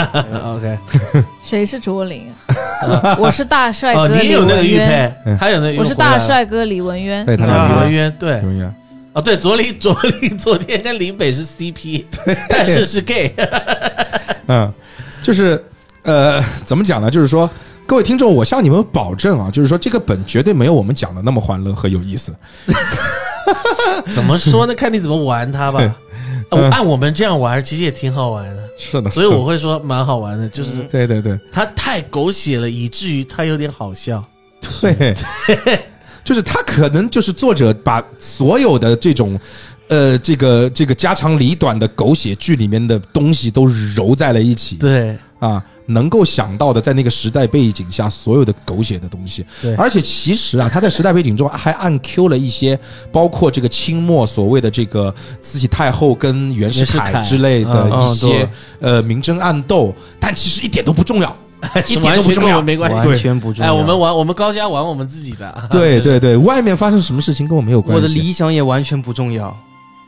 OK， 谁是卓林啊？我是大帅哥李文渊， 哦、你有那个玉佩，他有那个， 我是大帅哥李文渊， 对，他李文渊，对， 李文渊。 哦，对，卓林卓林昨天跟林北是 C P， 但是是 gay。 嗯，就是呃，怎么讲呢？就是说。各位听众，我向你们保证啊，就是说这个本绝对没有我们讲的那么欢乐和有意思。 怎么说呢？看你怎么玩它吧。嗯、按我们这样玩，其实也挺好玩的。 是的， 所以我会说蛮好玩的，就是对对对， 它太狗血了，以至于它有点好笑。 对，就是他可能就是作者把所有的这种。呃，这个这个家长里短的狗血剧里面的东西都揉在了一起， 对啊，能够想到的，在那个时代背景下所有的狗血的东西， 对， 而且其实啊，他在时代背景中还暗 Q 了一些，包括这个清末所谓的这个慈禧太后跟袁世凯之类的一些、嗯、呃明争暗斗，但其实一点都不重要。一点都不重要， 没关系，完全不重要。 哎，我们玩，我们高家玩我们自己的。 对对对，外面发生什么事情跟我没有关系。 我的理想也完全不重要。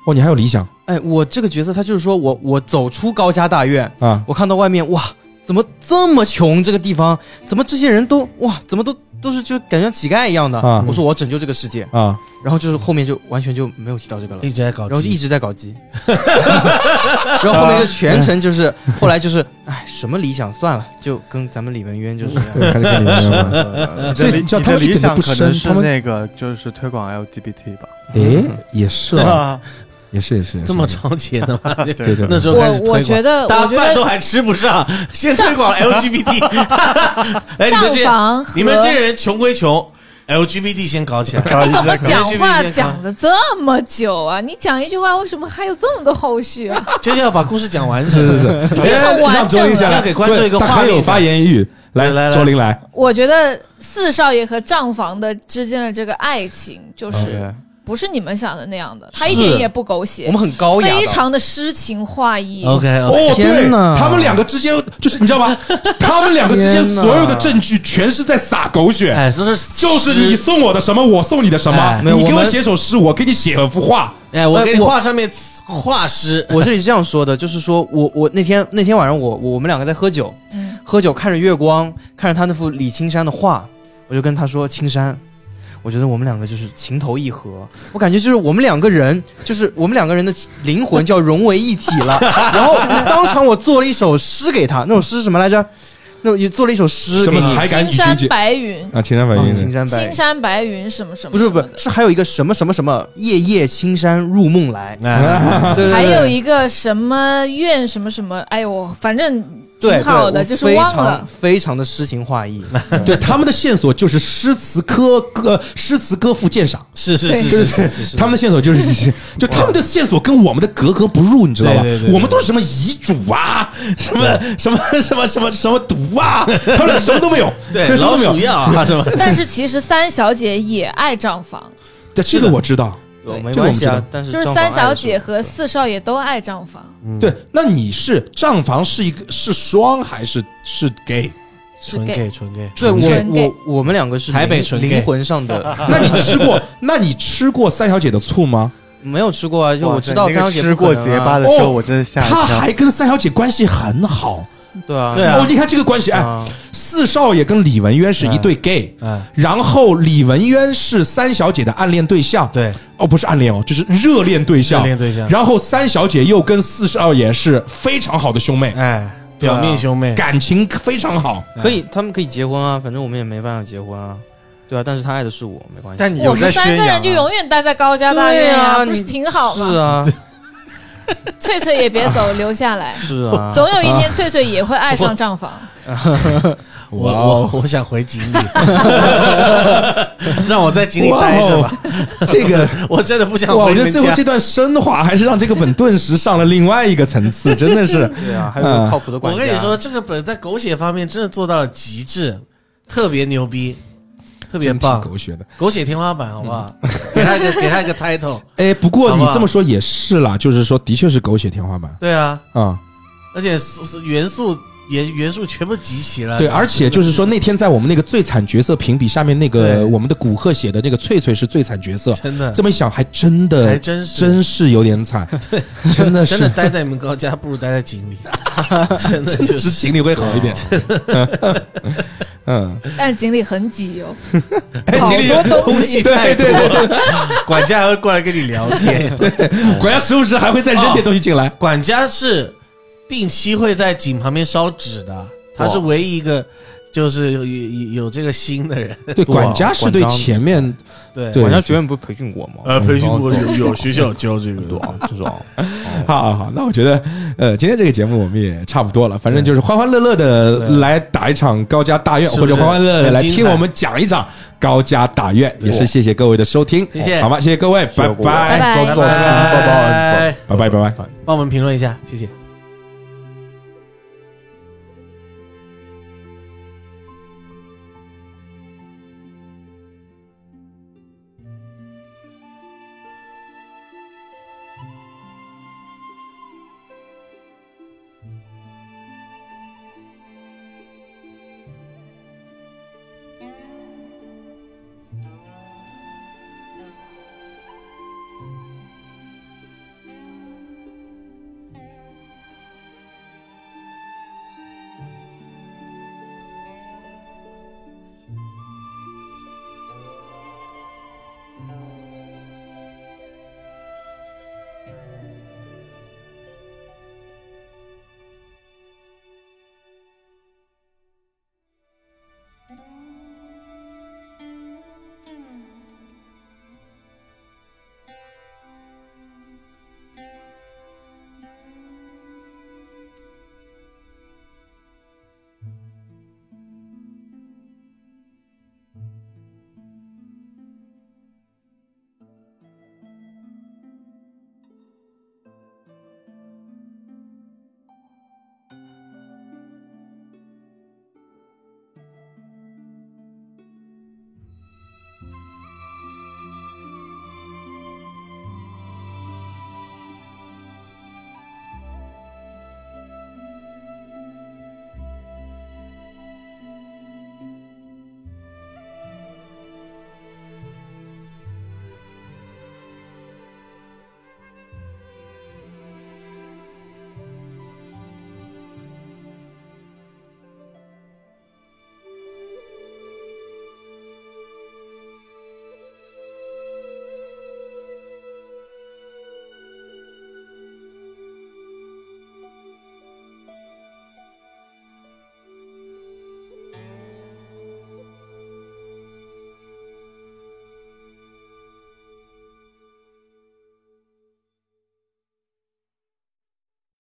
哦，你还有理想哎，我这个角色他就是说我我走出高家大院， 啊？ 我看到外面哇，怎么这么穷？这个地方怎么这些人都哇，怎么都都是就感觉像乞丐一样的？ 啊我说我要拯救这个世界， 啊， 然后就是后面就完全就没有提到这个了一。直在搞基， 然后就一直在搞基，然后后面就全程就是后来就是哎什么理想算了，就跟咱们李文渊就是开始跟你们了吗？ 你所以的理你的你知道他们一点都不理想可能深他们是那个就是推广 L G B T 吧？ 诶，也是啊，也是也是这么超前的吗？ 对对对那时候开始我推广， 我觉得， 大我觉得家饭都还吃不上，先推广 L G B T。哎，你们账这些房和你们这些人穷归穷，L G B T 先搞起来。 你怎么讲话 L G B T 讲的这么久啊？你讲一句话，为什么还有这么多后续啊？ 就是要把故事讲完整， 是是是， 已经很完让周整了。 林下来要给观众一个画面他很有发言欲。来来来周林来， 我觉得四少爷和账房的之间的这个爱情，就是是不是你们想的那样的，他一点也不狗血， 我们很高雅的， 非常的诗情画意。 OK， 哦，对天哪， 他们两个之间就是你知道吗？他们两个之间天哪所有的证据全是在撒狗血， 哎，说是就是你送我的什么，我送你的什么哎， 你给我没有我们写首诗，我给你写幅画。 哎，我给你哎我画上面画诗， 我这里是这样说的，就是说我我那天那天晚上我我我们两个在喝酒， 嗯喝酒看着月光，看着他那幅李青山的画，我就跟他说青山。我觉得我们两个就是情投意合，我感觉就是我们两个人，就是我们两个人的灵魂就要融为一体了。然后当场我做了一首诗给他，那首诗是什么来着？那也做了一首诗给你， 什么才敢青山与君结白云， 啊？青山白啊云， 青山白青山白云什么什么， 不是不是什么的是还有一个什么什么什么夜夜青山入梦来， 哎， 对对对， 还有一个什么愿什么什么，哎呦，反正对挺好的， 对就是非常忘了。 非常的诗情画意。 对他们的线索就是诗词歌歌诗词歌赋鉴赏。 是是对是对是对对，他们的线索就是这些，就他们的线索跟我们的格格不入，你知道吧对对对？对我们都是什么遗嘱啊，什么什么什么什么什么毒啊，他们俩什么都没有， 对什么都没有老鼠。药啊，是吧？ 但是其实三小姐也爱账房， 对，这个我知道。 对，没这个我们知道关系啊，但是就是张房三小爱的是我姐和四少爷都爱账房， 对，那你是账房是一个是双还是是 gay？ 是纯 gay。 gay 纯 gay， 对纯我 gay 我我们两个是灵台北纯 gay 灵魂上的， 那你吃过？那你吃过三小姐的醋吗？ 没有吃过啊，就哇我知道那三小姐个吃过结巴的， 的时候， 哦我真的吓一他跳。 还跟三小姐关系很好。 对啊对啊哦，你看这个关系，哎， 啊， 四少爷跟李文渊是一对 gay， 哎， 然后李文渊是三小姐的暗恋对象。 对， 哦，不是暗恋哦，就是热恋对象。 热恋对象然后三小姐又跟四少爷是非常好的兄妹， 哎， 对啊表面兄妹， 感情非常好。 可以，他们可以结婚啊，反正我们也没办法结婚啊，对啊，但是他爱的是我，没关系。 但你我们有在宣三个人就扬啊？ 永远待在高家大院对啊， 不是你挺好吗？ 是啊， 翠翠也别走，留下来。 是啊， 总有一天，翠翠也会爱上账房。 我哇哦我我想回井里，让我在井里待着吧。 这个我真的不想哇，我回你们家觉得最后这。段升华还是让这个本顿时上了另外一个层次，真的是。 对啊，还有个靠谱的管家。 我跟你说，这个本在狗血方面真的做到了极致，特别牛逼，特别真挺棒， 狗血的。 狗血天花板，好不好？给他一个给他一个 title。 哎，不过你好不好这么说也是啦，就是说的确是狗血天花板对啊， 啊。 而且是是元素元元素全部集齐了。 对，而且就是说那天在我们那个最惨角色评比下面，那对个我们的古贺写的那个翠翠是最惨角色。 真的这么一想，还真的还真是真是有点惨，真的是真的待在你们高家，不如待在井里。真的就真的是是井里会好一点。嗯， 但井里很挤哦， 哎好井里多东西。 太多了，管家还会过来跟你聊天。 管家时不时还会再扔点东西进来。 管家是定期会在井旁边烧纸的，他是唯一一个就是有有有这个心的人。 对，管家是对前面对对管家学院不是培训过吗？ 呃，培训过有有学校教这个对啊，这种好好好，那我觉得，呃，今天这个节目我们也差不多了，反正就是欢欢乐乐的对来打一场高家大院， 是不是或者欢欢乐乐的来很精彩听我们讲一场高家大院，也是谢谢各位的收听， 谢谢好吧，谢谢各位，拜谢各位拜拜拜， 拜拜拜拜。 拜拜，拜拜。 帮我们评论一下，谢谢。